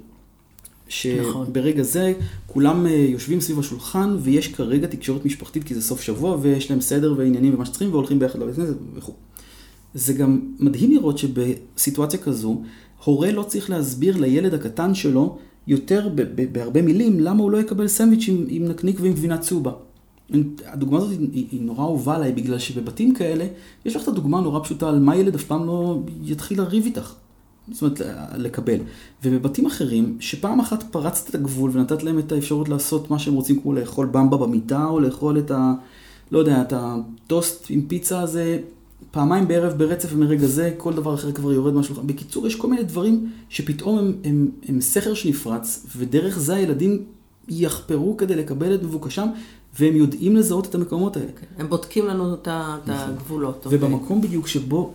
שברגע זה כולם יושבים סביב השולחן, ויש כרגע תקשורת משפחתית, כי זה סוף שבוע, ויש להם סדר ועניינים ומה שצריכים, והולכים ביחד לבית כנסת וכו'. זה גם מדהים לראות שבסיטואציה כזו, הורה לא צריך להסביר לילד הקטן שלו יותר בהרבה מילים, למה הוא לא יקבל סנדוויץ' עם נקניק ועם גבינה צהובה. הדוגמה הזאת היא נורא אהובה עליי, בגלל שבבתים כאלה, יש לך את הדוגמה נורא פשוטה על מה ילד אף פעם לא יתחיל לריב איתך. זאת אומרת, לקבל. ובבתים אחרים, שפעם אחת פרצת את הגבול ונתת להם את האפשרות לעשות מה שהם רוצים, כמו לאכול במבה במיטה, או לאכול את לא יודע, את הטוסט עם פיצה הזה, פעמיים בערב ברצף, ומרגע זה כל דבר אחר כבר יורד מהשולחן. בקיצור, יש כל מיני דברים שפתאום הם סכר שנפרץ, ודרך זה הילדים יחפרו כדי לקבל את מבוקשם, והם יודעים לזהות את המקומות האלה. הם בודקים לנו את הגבולות. ובמקום בדיוק שבו,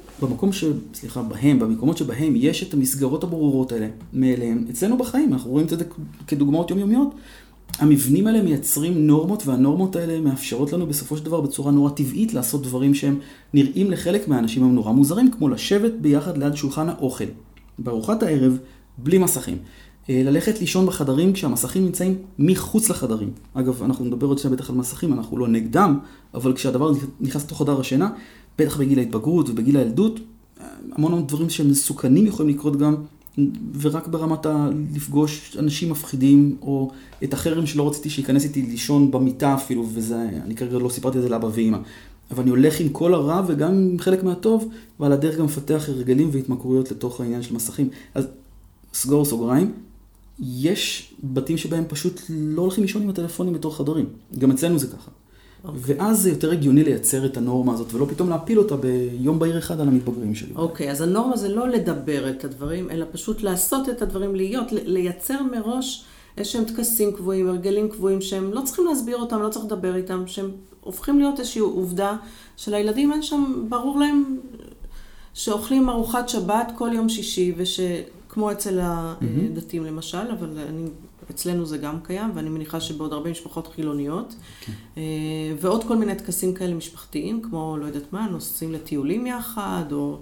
במקומות שבהם יש את המסגרות הברורות האלה מאליהם, אצלנו בחיים, אנחנו רואים את זה כדוגמאות יומיומיות, המבנים האלה מייצרים נורמות, והנורמות האלה מאפשרות לנו בסופו של דבר בצורה נורא טבעית לעשות דברים שהם נראים לחלק מהאנשים הם נורא מוזרים, כמו לשבת ביחד ליד שולחן האוכל, בארוחת הערב, בלי מסכים. ללכת לישון בחדרים כשהמסכים נמצאים מחוץ לחדרים. אגב, אנחנו נדבר עוד שנייה בטח על מסכים, אנחנו לא נגדם, אבל כשהדבר נכנס לתוך חדר השינה, בטח בגיל ההתבגרות ובגיל הילדות, המון דברים שהם מסוכנים יכולים לקרות גם, ורק ברמת לפגוש אנשים מפחידים, או את החרם שלא רציתי שיכנס איתי לישון במיטה אפילו, וזה, אני כרגע לא סיפרתי את זה לאבא ואמא. אבל אני הולך עם כל הרע וגם עם חלק מהטוב, ועל הדרך גם מפתח הרגלים והתמכרויות לתוך העניין של מסכים. אז סגור סוגריים, יש בתים שבהם פשוט לא הולכים לישון עם הטלפונים בתור חדרים. גם אצלנו זה ככה. ואז זה יותר הגיוני לייצר את הנורמה הזאת, ולא פתאום להפיל אותה ביום בהיר אחד על המתבגרים שלי. אוקיי, אז הנורמה זה לא לדבר את הדברים, אלא פשוט לעשות את הדברים, לייצר מראש איזשהם תקסים קבועים, הרגלים קבועים, שהם לא צריכים להסביר אותם, לא צריך לדבר איתם, שהם הופכים להיות איזושהי עובדה של הילדים, אין שם, ברור להם שאוכלים ארוחת שבת כל יום שישי, כמו אצל הדתיים למשל, אבל אצלנו זה גם קיים, ואני מניחה שבעוד הרבה משפחות חילוניות, ועוד כל מיני תקסים כאלה משפחתיים, כמו, לא יודעת מה, נוסעים לטיולים יחד, או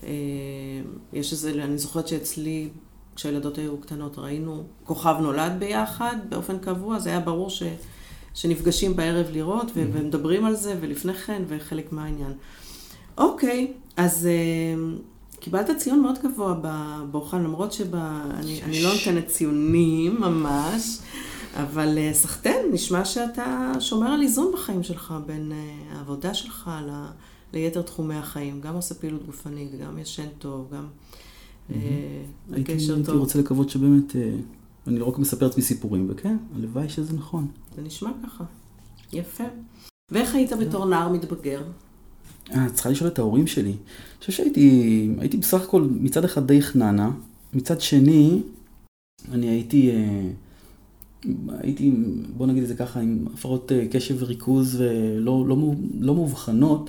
יש איזה, אני זוכרת שאצלי, כשהילדות היו קטנות, ראינו כוכב נולד ביחד, באופן קבוע, זה היה ברור שנפגשים בערב לראות, ומדברים על זה, ולפני כן, וחלק מהעניין. אוקיי, אז קיבלת ציון מאוד גבוה באורחן, למרות שאני לא נותנת ציונים ממש, אבל סחטן, נשמע שאתה שומר על איזון בחיים שלך, בין העבודה שלך ליתר תחומי החיים. גם עושה פעילות גופנית, גם ישן טוב, גם בקשר טוב. הייתי רוצה לקוות שבאמת, אני לא רק מספר את מסיפורים, וכן, הלוואי שזה נכון. זה נשמע ככה. יפה. ואיך היית בתור נער מתבגר? צריכה לשאול את ההורים שלי. אני חושב שהייתי בסך הכל מצד אחד די חננה, מצד שני, אני הייתי, בוא נגיד את זה ככה, עם הפרעות קשב וריכוז ולא מובחנות,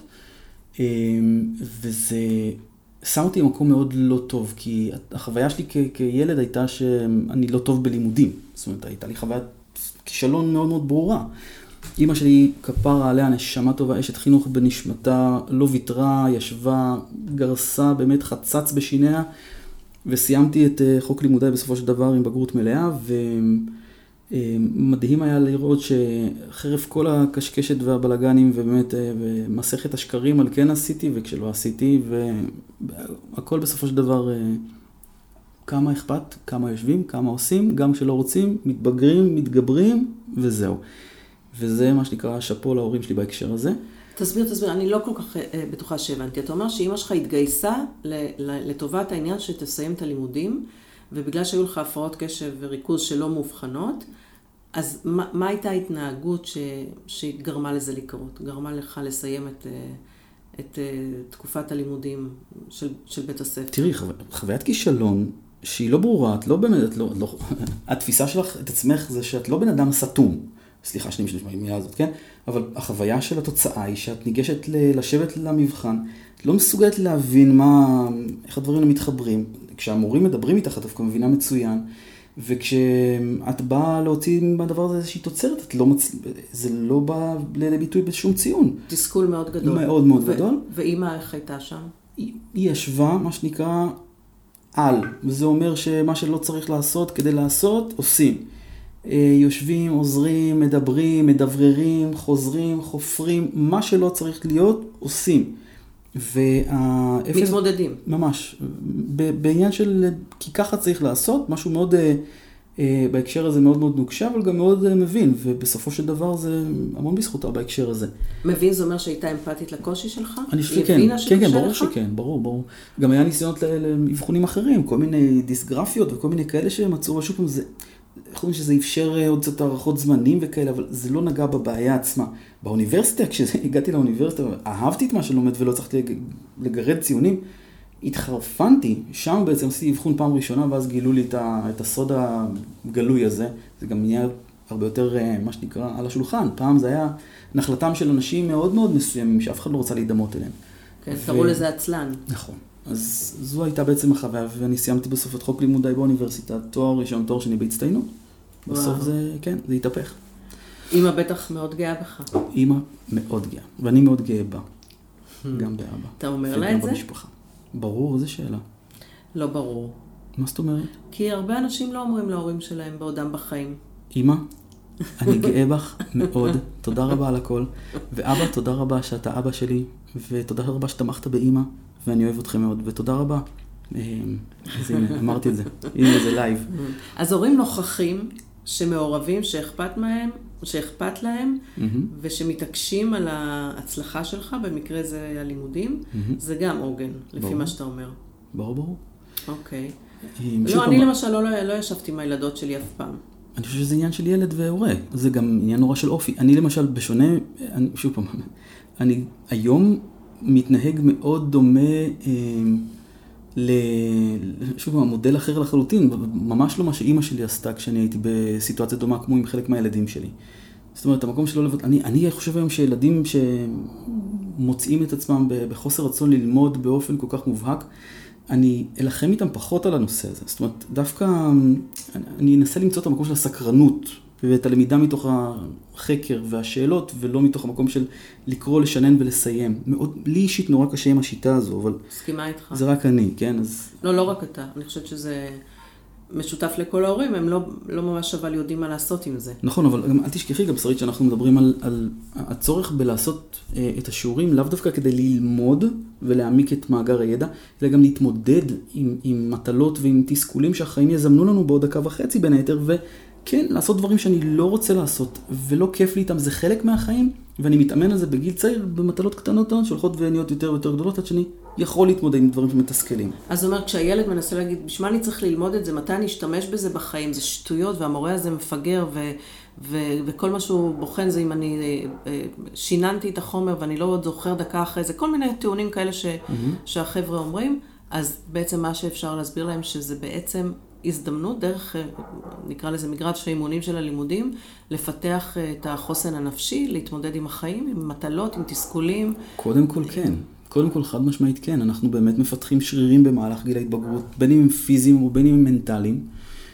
וזה שם אותי במקום מאוד לא טוב, כי החוויה שלי כילד הייתה שאני לא טוב בלימודים. זאת אומרת, הייתה לי חוויית כישלון מאוד מאוד ברורה. אמא שלי כפרה עליה, נשמה טובה, אשת חינוך בנשמתה, לא ויתרה, ישבה, גרסה, באמת חצץ בשיניה, וסיימתי את חוק לימודיי בסופו של דבר עם בגרות מלאה, ומדהים היה לראות שחרף כל הקשקשת והבלגנים, ובאמת מסכת השקרים על כן עשיתי וכשלא עשיתי, והכל בסופו של דבר, כמה אכפת, כמה יושבים, כמה עושים, גם כשלא רוצים, מתבגרים, מתגברים, וזהו. וזה מה שנקרא שפו להורים שלי בהקשר הזה. תסביר, אני לא כל כך בטוחה שהבנתי. אתה אומר שאמא שלך התגייסה לטובת העניין שתסיים את הלימודים, ובגלל שהיו לך הפרעות קשב וריכוז שלא מאובחנות, אז מה הייתה ההתנהגות שגרמה לזה לקרות? גרמה לך לסיים את תקופת הלימודים של בית הספר? תראי, חוויית כישלון שהיא לא ברורה, את לא באמת, התפיסה שלך את עצמך זה שאת לא בן אדם סתום. סליחה שאני משתמש במילה הזאת, כן? אבל החוויה של התוצאה היא שאת ניגשת לשבת למבחן, את לא מסוגלת להבין איך הדברים מתחברים. כשהמורים מדברים איתך, את דווקא מבינה מצוין, וכשאת באה להוציא מהדבר הזה איזושהי תוצרת, זה לא בא לביטוי בשום ציון. תסכול מאוד גדול. מאוד מאוד גדול. ואמא איך הייתה שם? היא ישבה, מה שנקרא, וזה אומר שמה שלא צריך לעשות כדי לעשות, עושים. יושבים, עוזרים, מדברים, מדבררים, חוזרים, חופרים, מה שלא צריך להיות, עושים. מתמודדים. ממש. בעניין של, כי ככה צריך לעשות, משהו מאוד, בהקשר הזה מאוד מאוד נוקשה, אבל גם מאוד מבין, ובסופו של דבר זה המון בזכותה בהקשר הזה. מבין, זה אומר שהייתה אמפתית לקושי שלך? אני חושב שכן, כן, ברור שכן, ברור. גם היה ניסיונות לאבחונים אחרים, כל מיני דיסגרפיות וכל מיני כאלה שמצאו משהו כמו זה. חושבים שזה אפשר עוד קצת הערכות זמנים וכאלה, אבל זה לא נגע בבעיה עצמה. באוניברסיטה, כשהגעתי לאוניברסיטה, אהבתי את מה שלומד ולא צריכתי לגרד ציונים, התחרפנתי, שם בעצם עשיתי אבחון פעם ראשונה, ואז גילו לי את הסוד הגלוי הזה. זה גם נהיה הרבה יותר, מה שנקרא, על השולחן. פעם זה היה נחלתם של אנשים מאוד מאוד מסוימים, שאף אחד לא רוצה להידמות אליהם. כן, קראו לזה עצלן. נכון. אז זו הייתה בעצם החוויה, ואני סיימתי בסוף את חוק לימודיי באוניברסיטה, תואר ראשון, תואר שני בהצטיינות. בסוף זה, כן, זה התהפך. אמא בטח מאוד גאה בך. אמא מאוד גאה, ואני מאוד גאה בה. גם באבא. אתה אומר לה את זה? וגם במשפחה. ברור, זו שאלה. לא ברור. מה זאת אומרת? כי הרבה אנשים לא אומרים להורים שלהם בעודם בחיים. אמא, אני גאה בך מאוד, תודה רבה על הכל. ואבא, תודה רבה שאתה אבא שלי, ותודה רבה שתמכת באמא. ואני אוהב אתכם מאוד, ותודה רבה. אז הנה, אמרתי את זה. הנה, זה לייב. אז הורים נוכחים שמעורבים, שאכפת להם, ושמתעקשים על ההצלחה שלך, במקרה זה הלימודים, זה גם עוגן, לפי מה שאתה אומר. ברור. אוקיי. לא, אני למשל לא ישבתי עם הילדות שלי אף פעם. אני חושב שזה עניין של ילד והורה. זה גם עניין נורא של אופי. אני למשל, בשונה, שוב פעם, אני היום מתנהג מאוד דומה שוב, מודל אחר לחלוטין, ממש לא מה שאימא שלי עשתה כשאני הייתי בסיטואציה דומה כמו עם חלק מהילדים שלי. זאת אומרת, המקום שלא לבד, אני חושב היום שילדים שמוצאים את עצמם בחוסר רצון ללמוד באופן כל כך מובהק, אני אלחם איתם פחות על הנושא הזה. זאת אומרת, דווקא אני אנסה למצוא את המקום של הסקרנות, ואת הלמידה מתוך החקר והשאלות, ולא מתוך המקום של לקרוא, לשנן ולסיים. מאוד, לי אישית נורא קשה עם השיטה הזו, אבל מסכימה איתך. זה רק אני, כן? אז לא רק אתה. אני חושבת שזה משותף לכל ההורים, הם לא ממש אבל יודעים מה לעשות עם זה. נכון, אבל אל תשכחי גם שרית שאנחנו מדברים על הצורך בלעשות את השיעורים, לאו דווקא כדי ללמוד ולהעמיק את מאגר הידע, אלא גם להתמודד עם מטלות ועם תסכולים שהחיים יזמנו לנו בעוד דקה וחצי בין היתר, וכן, לעשות דברים שאני לא רוצה לעשות, ולא כיף לי איתם, זה חלק מהחיים, ואני מתאמן על זה בגיל צעיר, במטלות קטנות שהולכות ונהיות יותר ויותר גדולות, עד שאני יכול להתמודד עם דברים שמתסכלים. אז זאת אומרת, כשהילד מנסה להגיד, בשביל מה אני צריך ללמוד את זה, מתי אני אשתמש בזה בחיים, זה שטויות, והמורה הזה מפגר, וכל מה שהוא בוחן זה אם אני שיננתי את החומר, ואני לא עוד זוכר דקה אחרי זה, כל מיני טיעונים כאלה שהחבר'ה אומרים, אז בעצם מה שאפשר להסביר להם, שזה בעצם הזדמנות דרך, נקרא לזה מגרש האימונים של הלימודים, לפתח את החוסן הנפשי, להתמודד עם החיים, עם מטלות, עם תסכולים. קודם כל כן. קודם כל חד משמעית כן. אנחנו באמת מפתחים שרירים במהלך גיל ההתבגרות, בין אם הם פיזיים או בין אם הם מנטליים.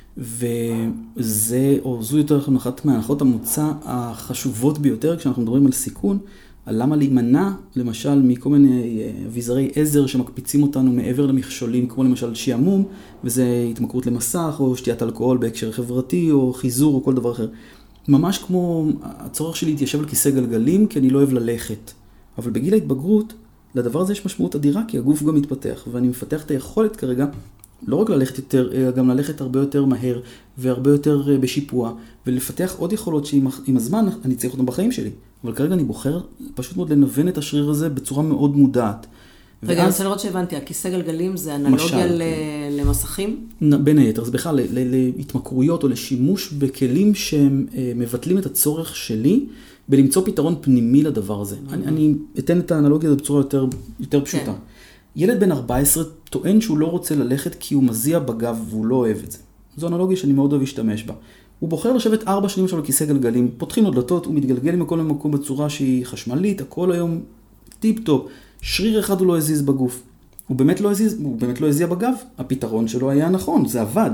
וזה, או זו יותר אחת מהנחות המוצא החשובות ביותר כשאנחנו מדברים על סיכון, על למה להימנע, למשל, מכל מיני אביזרי עזר שמקפיצים אותנו מעבר למכשולים, כמו למשל שיעמום, וזה התמכרות למסך, או שתיית אלכוהול בהקשר חברתי, או חיזור, או כל דבר אחר. ממש כמו הצורך שלי להתיישב על כיסא גלגלים, כי אני לא אוהב ללכת. אבל בגיל ההתבגרות, לדבר הזה יש משמעות אדירה, כי הגוף גם מתפתח, ואני מפתח את היכולת כרגע לא רק ללכת יותר, אלא גם ללכת הרבה יותר מהר, והרבה יותר בשיפוע, ולפתח עוד יכולות שעם הזמן אני צריך אותם בחיים שלי. אבל כרגע אני בוחר פשוט מאוד לנוון את השריר הזה בצורה מאוד מודעת. רגע, אני רוצה לראות שהבנתי, הכיסא גלגלים זה אנלוגיה למסכים? בין היתר, זה בכלל להתמכרויות או לשימוש בכלים שהם מבטלים את הצורך שלי בלמצוא פתרון פנימי לדבר הזה. אני אתן את האנלוגיה הזאת בצורה יותר פשוטה. ילד בן 14 טוען שהוא לא רוצה ללכת כי הוא מזיע בגב והוא לא אוהב את זה. זו אנלוגיה שאני מאוד אוהב להשתמש בה. הוא בוחר לשבת 4 שנים שלו לכיסא גלגלים, פותחים לו דלתות, הוא מתגלגל מכל מקום בצורה שהיא חשמלית, הכל היום טיפ-טופ. שריר אחד הוא לא הזיז בגוף. הוא באמת לא הזיע בגב. הפתרון שלו היה נכון, זה עבד.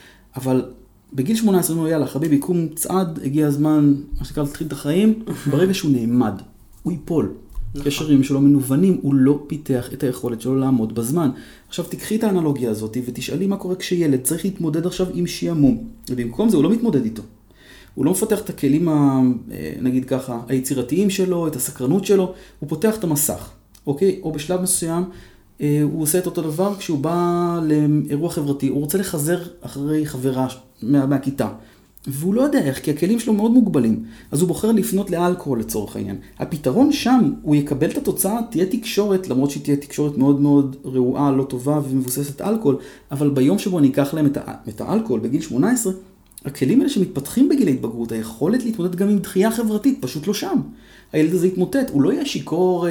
אבל בגיל 18 הוא יאללה, חביבי, קום צעד, הגיע הזמן, מה שנקרא, להתחיל את החיים, ברגע שהוא נעמד, הוא ייפול. כי השרירים שלו מנוונים, הוא לא פיתח את היכולת שלו לעמוד בזמן. עכשיו תקחי את האנלוגיה הזאת ותשאלי מה קורה כשילד צריך להתמודד עכשיו עם שיעמום. ובמקום זה הוא לא מתמודד איתו. הוא לא מפתח את הכלים, נגיד ככה, היצירתיים שלו, את הסקרנות שלו, הוא פותח את המסך. אוקיי? או בשלב מסוים, הוא עושה את אותו דבר כשהוא בא לאירוע חברתי, הוא רוצה לחזר אחרי חברה מהכיתה, והוא לא יודע איך, כי הכלים שלו מאוד מוגבלים, אז הוא בוחר לפנות לאלכוהול לצורך העניין. הפתרון שם, הוא יקבל את התוצאה, תהיה תקשורת, למרות שהיא תהיה תקשורת מאוד מאוד רעועה, לא טובה ומבוססת אלכוהול, אבל ביום שבו אני אקח להם את האלכוהול בגיל 18, הכלים האלה שמתפתחים בגיל ההתבגרות, היכולת להתמודד גם עם דחייה חברתית, פשוט לא שם. הילד הזה יתמוטט, הוא לא יהיה שיקור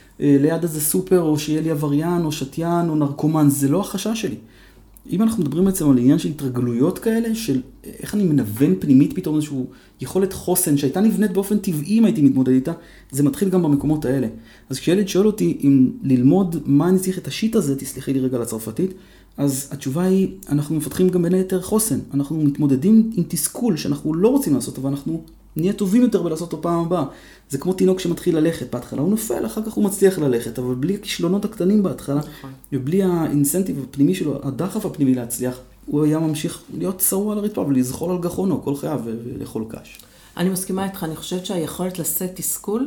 ליד איזה סופר, או שיהיה לי עבריין, או שתיין, או נרקומן, זה לא החשש שלי. אם אנחנו מדברים בעצם על עניין של התרגלויות כאלה, של איך אני מנוון פנימית פתאום איזשהו יכולת חוסן, שהייתה נבנית באופן טבעי אם הייתי מתמודד איתה, זה מתחיל גם במקומות האלה. אז כשילד שואל אותי אם ללמוד מה אני צריך את השיט הזה, תסלחי לי רגע לצרפתית, אז התשובה היא, אנחנו מפתחים גם בין היתר חוסן. אנחנו מתמודדים עם תסכול שאנחנו לא רוצים לעשות, אבל אנחנו נהיה טובים יותר בלעשות אותו פעם הבאה. זה כמו תינוק שמתחיל ללכת, בהתחלה הוא נופל, אחר כך הוא מצליח ללכת, אבל בלי הכישלונות הקטנים בהתחלה, ובלי האינסנטיב הפנימי שלו, הדחף הפנימי להצליח, הוא היה ממשיך להיות צרוע על הרצפה, ולזחול על גחונו כל חייו ולאכול קש. אני מסכימה איתך, אני חושבת שהיכולת לשאת תסכול,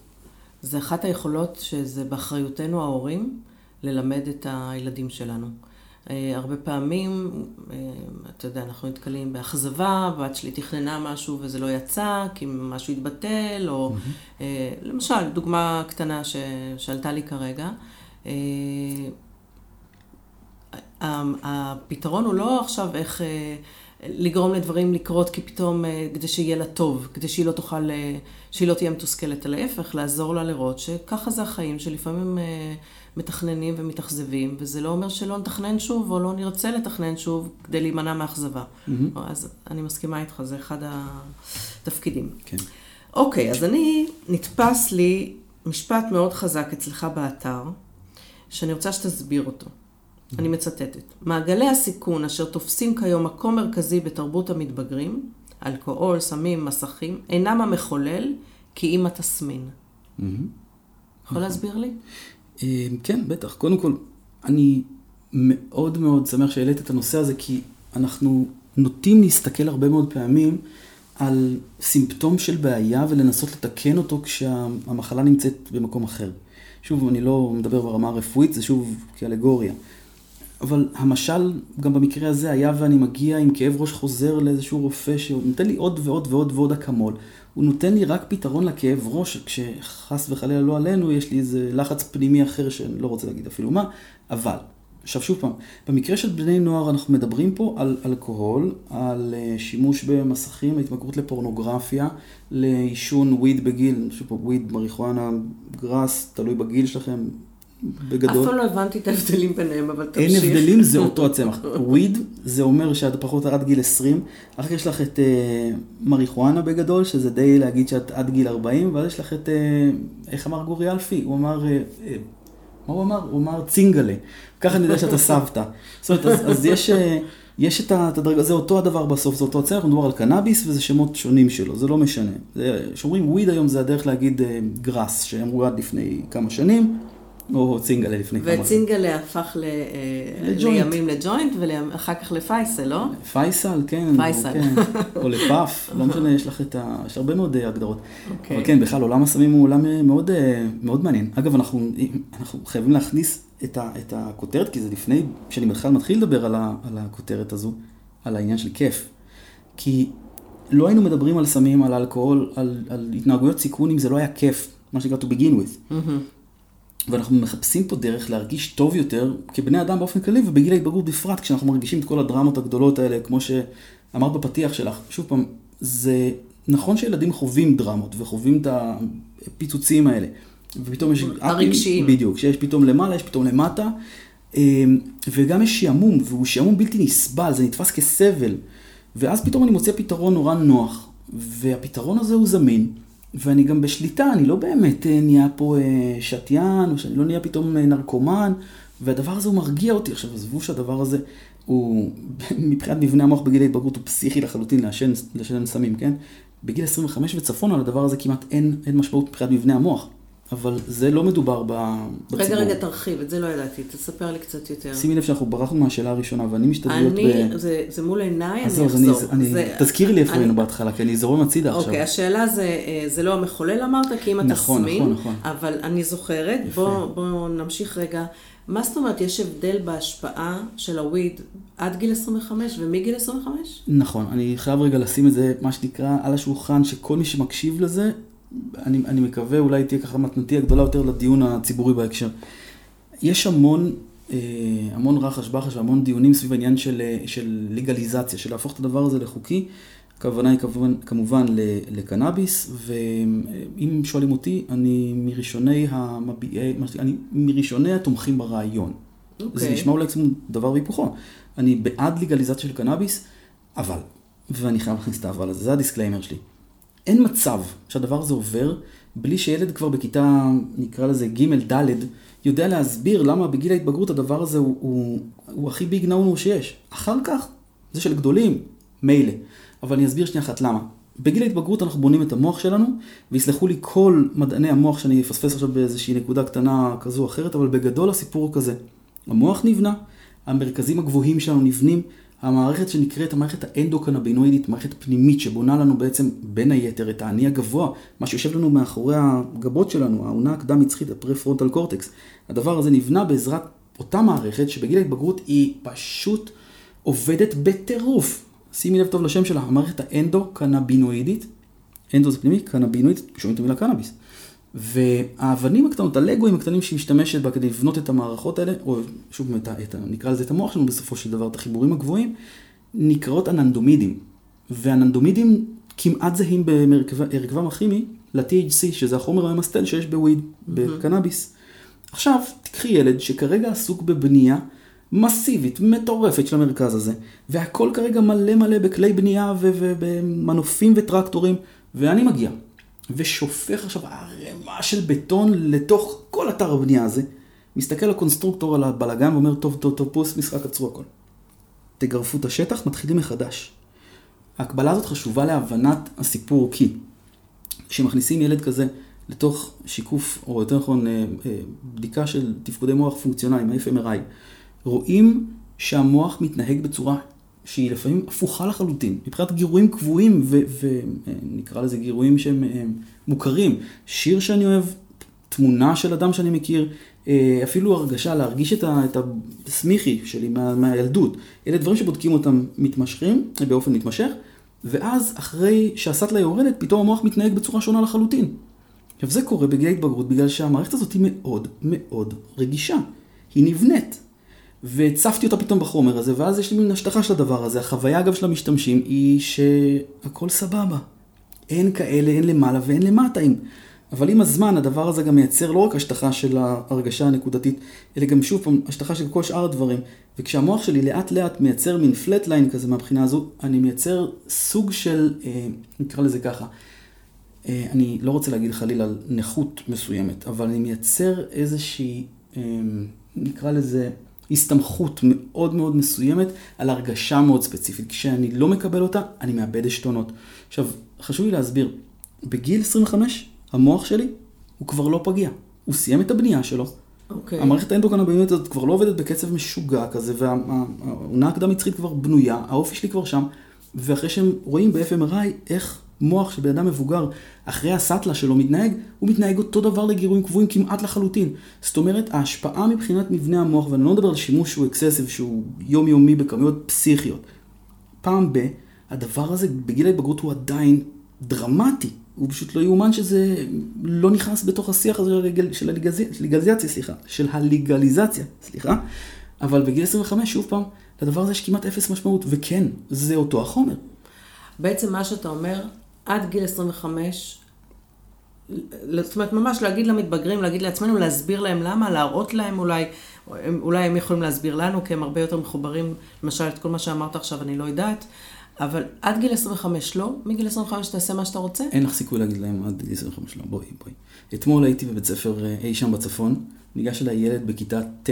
זה אחת היכולות שזה באחריותנו ההורים, ללמד את הילדים שלנו. הרבה פעמים, אתה יודע, אנחנו נתקלים באכזבה, בת שלי תכננה משהו וזה לא יצא, כי משהו התבטל, או למשל, דוגמה קטנה שעלתה לי כרגע, הפתרון הוא לא עכשיו איך לגרום לדברים לקרות, כי פתאום כדי שיהיה לה טוב, כדי שהיא לא תוכל, שהיא לא תהיה מתוסכלת, להפך, לעזור לה לראות שככה זה החיים, שלפעמים מתכננים ומתאכזבים, וזה לא אומר שלא נתכנן שוב, או לא נרצה לתכנן שוב, כדי להימנע מאכזבה. אז אני מסכימה איתך, זה אחד התפקידים. כן. אוקיי, אז נתפס לי משפט מאוד חזק אצלך באתר, שאני רוצה שתסביר אותו. אני מצטטת. מעגלי הסיכון אשר תופסים כיום מקום מרכזי בתרבות המתבגרים, אלכוהול, סמים, מסכים, אינם המחולל, כי אם התסמין. יכול להסביר לי? כן, בטח. קודם כל, אני מאוד מאוד שמח שהעלית את הנושא הזה, כי אנחנו נוטים להסתכל הרבה מאוד פעמים על סימפטום של בעיה ולנסות לתקן אותו כשהמחלה נמצאת במקום אחר. שוב, אני לא מדבר ברמה הרפואית, זה שוב כאלגוריה. אבל המשל, גם במקרה הזה, היה ואני מגיע עם כאב ראש חוזר לאיזשהו רופא שנותן לי עוד ועוד ועוד ועוד אקמול. הוא נותן לי רק פתרון לכאב ראש, כשחס וחלילה לא עלינו, יש לי איזה לחץ פנימי אחר שאני לא רוצה להגיד אפילו מה, אבל, עכשיו שוב פעם, במקרה של בני נוער אנחנו מדברים פה על אלכוהול, על שימוש במסכים, התמכרות לפורנוגרפיה, לעישון וויד בגיל, שוב פה וויד, מריחואנה, גראס, תלוי בגיל שלכם, בגדול. אף פעם לא הבנתי את ההבדלים ביניהם, אבל תמשיך. אין הבדלים, זה אותו הצמח. וויד, זה אומר שאת פחות עד גיל 20, אחר כך יש לך את מריחואנה בגדול, שזה די להגיד שאת עד גיל 40, ואז יש לך את, איך אמר גורי אלפי? הוא אמר, מה הוא אמר? הוא אמר צינגלה. ככה אני יודע שאתה סבתא. זאת אומרת, אז יש את הדרגה, זה אותו הדבר בסוף, זה אותו הצמח, הוא מדבר על קנאביס, וזה שמות שונים שלו, זה לא משנה. שאומרים וויד היום זה הדרך להגיד גראס, שאמרו עד לפני כמה שנים, או צינגלה לפני כמה. וצינגלה הפך לימים לג'וינט, ואחר כך לפייסל, לא? פייסל, כן. פייסל. או לפאף, לא משנה, יש לך יש הרבה מאוד הגדרות. אבל כן, בכלל, עולם הסמים הוא עולם מאוד מעניין. אגב, אנחנו חייבים להכניס את הכותרת, כי זה לפני שאני מתחיל לדבר על הכותרת הזו, על העניין של כיף. כי לא היינו מדברים על סמים, על אלכוהול, על התנהגויות סיכון, אם זה לא היה כיף, מה שנקרא to begin with. ואנחנו מחפשים פה דרך להרגיש טוב יותר, כבני אדם באופן כללי, ובגיל ההתבגרות בפרט, כשאנחנו מרגישים את כל הדרמות הגדולות האלה, כמו שאמרת בפתיח שלך. שוב פעם, זה נכון שילדים חווים דרמות, וחווים את הפיצוצים האלה. ופתאום יש... הרגשיים. בדיוק, שיש פתאום למעלה, יש פתאום למטה, וגם יש שעמום, והוא שעמום בלתי נסבל, זה נתפס כסבל. ואז פתאום אני מוצא פתרון נורא נוח, והפתרון הזה הוא זמין, ואני גם בשליטה, אני לא באמת נהיה פה שתיין, או שאני לא נהיה פתאום נרקומן, והדבר הזה הוא מרגיע אותי. עכשיו, עזבו שהדבר הזה הוא, מבחינת מבנה המוח בגיל ההתבגרות, הוא פסיכי לחלוטין לשן סמים, כן? בגיל 25 וצפון על הדבר הזה כמעט אין משמעות מבחינת מבנה המוח. אבל זה לא מדובר בציבור. רגע, תרחיב, את זה לא ידעתי, תספר לי קצת יותר. שימי לב שאנחנו ברחנו מהשאלה הראשונה, ואני משתדל להיות זה מול עיניי, אני אחזור. תזכירי לי איפה היינו בהתחלה, כי אני זורם הצידה עכשיו. אוקיי, השאלה זה לא המחולל אמרת, כי אם אתה סמין, נכון. אבל אני זוכרת, בוא נמשיך רגע. מה זאת אומרת, יש הבדל בהשפעה של הוויד עד גיל 25 ומגיל 25? נכון, אני חייב רגע לשים את זה, מה שנקרא, על השולחן, שכל מי שמקשיב לזה, אני מקווה, אולי תהיה ככה מתנתי הגדולה יותר לדיון הציבורי בהקשר. יש המון רחש בחש והמון דיונים סביב העניין של לגליזציה, של להפוך את הדבר הזה לחוקי. הכוונה היא כמובן לקנאביס, ואם שואלים אותי, אני מראשוני התומכים ברעיון. זה נשמע אולי כמו דבר והיפוכו. אני בעד לגליזציה של קנאביס, אבל, ואני חייב להכניס את האבל הזה, זה הדיסקליימר שלי. אין מצב שהדבר הזה עובר בלי שילד כבר בכיתה, נקרא לזה ג' ד', יודע להסביר למה בגיל ההתבגרות הדבר הזה הוא הכי ביג נאונו שיש. אחר כך, זה של גדולים, מילא. אבל אני אסביר שנייה אחת למה. בגיל ההתבגרות אנחנו בונים את המוח שלנו, ויסלחו לי כל מדעני המוח שאני אפספס עכשיו באיזושהי נקודה קטנה כזו או אחרת, אבל בגדול הסיפור הוא כזה. המוח נבנה, המרכזים הגבוהים שלנו נבנים, המערכת שנקראת המערכת האנדוקנבינואידית, מערכת פנימית שבונה לנו בעצם בין היתר את העני הגבוה, מה שיושב לנו מאחורי הגבות שלנו, העונה הקדם מצחית, הפרפרונטל קורטקס. הדבר הזה נבנה בעזרת אותה מערכת שבגיל ההתבגרות היא פשוט עובדת בטירוף. שימי לב טוב לשם שלה, המערכת האנדוקנבינואידית, אנדו זה פנימי, קנבינואידית, שומעים את המילה קנאביס. והאבנים הקטנות, הלגויים הקטנים שהיא משתמשת בה כדי לבנות את המערכות האלה, או שוב, נקרא לזה את המוח שלנו בסופו של דבר, את החיבורים הגבוהים, נקראות אננדומידים. והאננדומידים כמעט זהים בהרכבם הכימי ל-THC, שזה החומר המסטל שיש בוויד, בקנאביס. עכשיו, תקחי ילד שכרגע עסוק בבנייה מסיבית, מטורפת של המרכז הזה, והכל כרגע מלא בכלי בנייה ובמנופים וטרקטורים, ואני מגיע. ושופך עכשיו ערימה של בטון לתוך כל אתר הבנייה הזה, מסתכל הקונסטרוקטור על הבלגן ואומר, טוב, פוס, משחק, עצרו הכל. תגרפו את השטח, מתחילים מחדש. ההקבלה הזאת חשובה להבנת הסיפור, כי כשמכניסים ילד כזה לתוך שיקוף, או יותר נכון, בדיקה של תפקודי מוח פונקציונליים, ה-FMRI, רואים שהמוח מתנהג בצורה שהיא לפעמים הפוכה לחלוטין, מבחינת גירויים קבועים, ונקרא לזה גירויים שהם מוכרים. שיר שאני אוהב, תמונה של אדם שאני מכיר, אפילו הרגשה, להרגיש את הסמיכי שלי מהילדות. אלה דברים שבודקים אותם מתמשכים, באופן מתמשך, ואז אחרי שהסטלה יורדת, פתאום המוח מתנהג בצורה שונה לחלוטין. עכשיו זה קורה בגיל ההתבגרות, בגלל שהמערכת הזאת היא מאוד מאוד רגישה. היא נבנית. וצפתי אותה פתאום בחומר הזה, ואז יש לי מין השטחה של הדבר הזה. החוויה אגב של המשתמשים היא שהכל סבבה. אין כאלה, אין למעלה ואין למטה. אבל עם הזמן הדבר הזה גם מייצר לא רק השטחה של ההרגשה הנקודתית, אלא גם שוב פעם השטחה של כל שאר הדברים. וכשהמוח שלי לאט לאט מייצר מין פלט ליין כזה מהבחינה הזו, אני מייצר סוג של, נקרא לזה ככה, אני לא רוצה להגיד חלילה על נכות מסוימת, אבל אני מייצר איזושהי, נקרא לזה, הסתמכות מאוד מאוד מסוימת על הרגשה מאוד ספציפית. כשאני לא מקבל אותה, אני מאבד עשתונות. עכשיו, חשוב לי להסביר, בגיל 25, המוח שלי הוא כבר לא פגיע. הוא סיים את הבנייה שלו. Okay. המערכת האנדוקנבינואידית הזאת כבר לא עובדת בקצב משוגע כזה, והעונה הקדם מצחית כבר בנויה, האופי שלי כבר שם, ואחרי שהם רואים ב-FMRI איך מוח של בן אדם מבוגר, אחרי הסטלה שלו מתנהג, הוא מתנהג אותו דבר לגירויים קבועים כמעט לחלוטין. זאת אומרת, ההשפעה מבחינת מבנה המוח, ואני לא מדבר על שימוש שהוא אקססיב, שהוא יומיומי בכמויות פסיכיות. פעם הדבר הזה בגיל ההתבגרות הוא עדיין דרמטי. הוא פשוט לא יאומן שזה לא נכנס בתוך השיח הזה של הלגליזציה, אבל בגיל 25, שוב פעם, לדבר הזה יש כמעט אפס משמעות, וכן, זה אותו החומר. בעצם מה שאתה אומר, עד גיל 25, זאת אומרת, ממש להגיד למתבגרים, להגיד לעצמנו, להסביר להם למה, להראות להם אולי הם יכולים להסביר לנו, כי הם הרבה יותר מחוברים, למשל, את כל מה שאמרת עכשיו, אני לא יודעת, אבל עד גיל 25 לא, מגיל 25 תעשה מה שאתה רוצה? אין לך סיכוי להגיד להם עד גיל 25 לא, בואי. אתמול הייתי בבית ספר אי שם בצפון, ניגש אליי ילד בכיתה ט'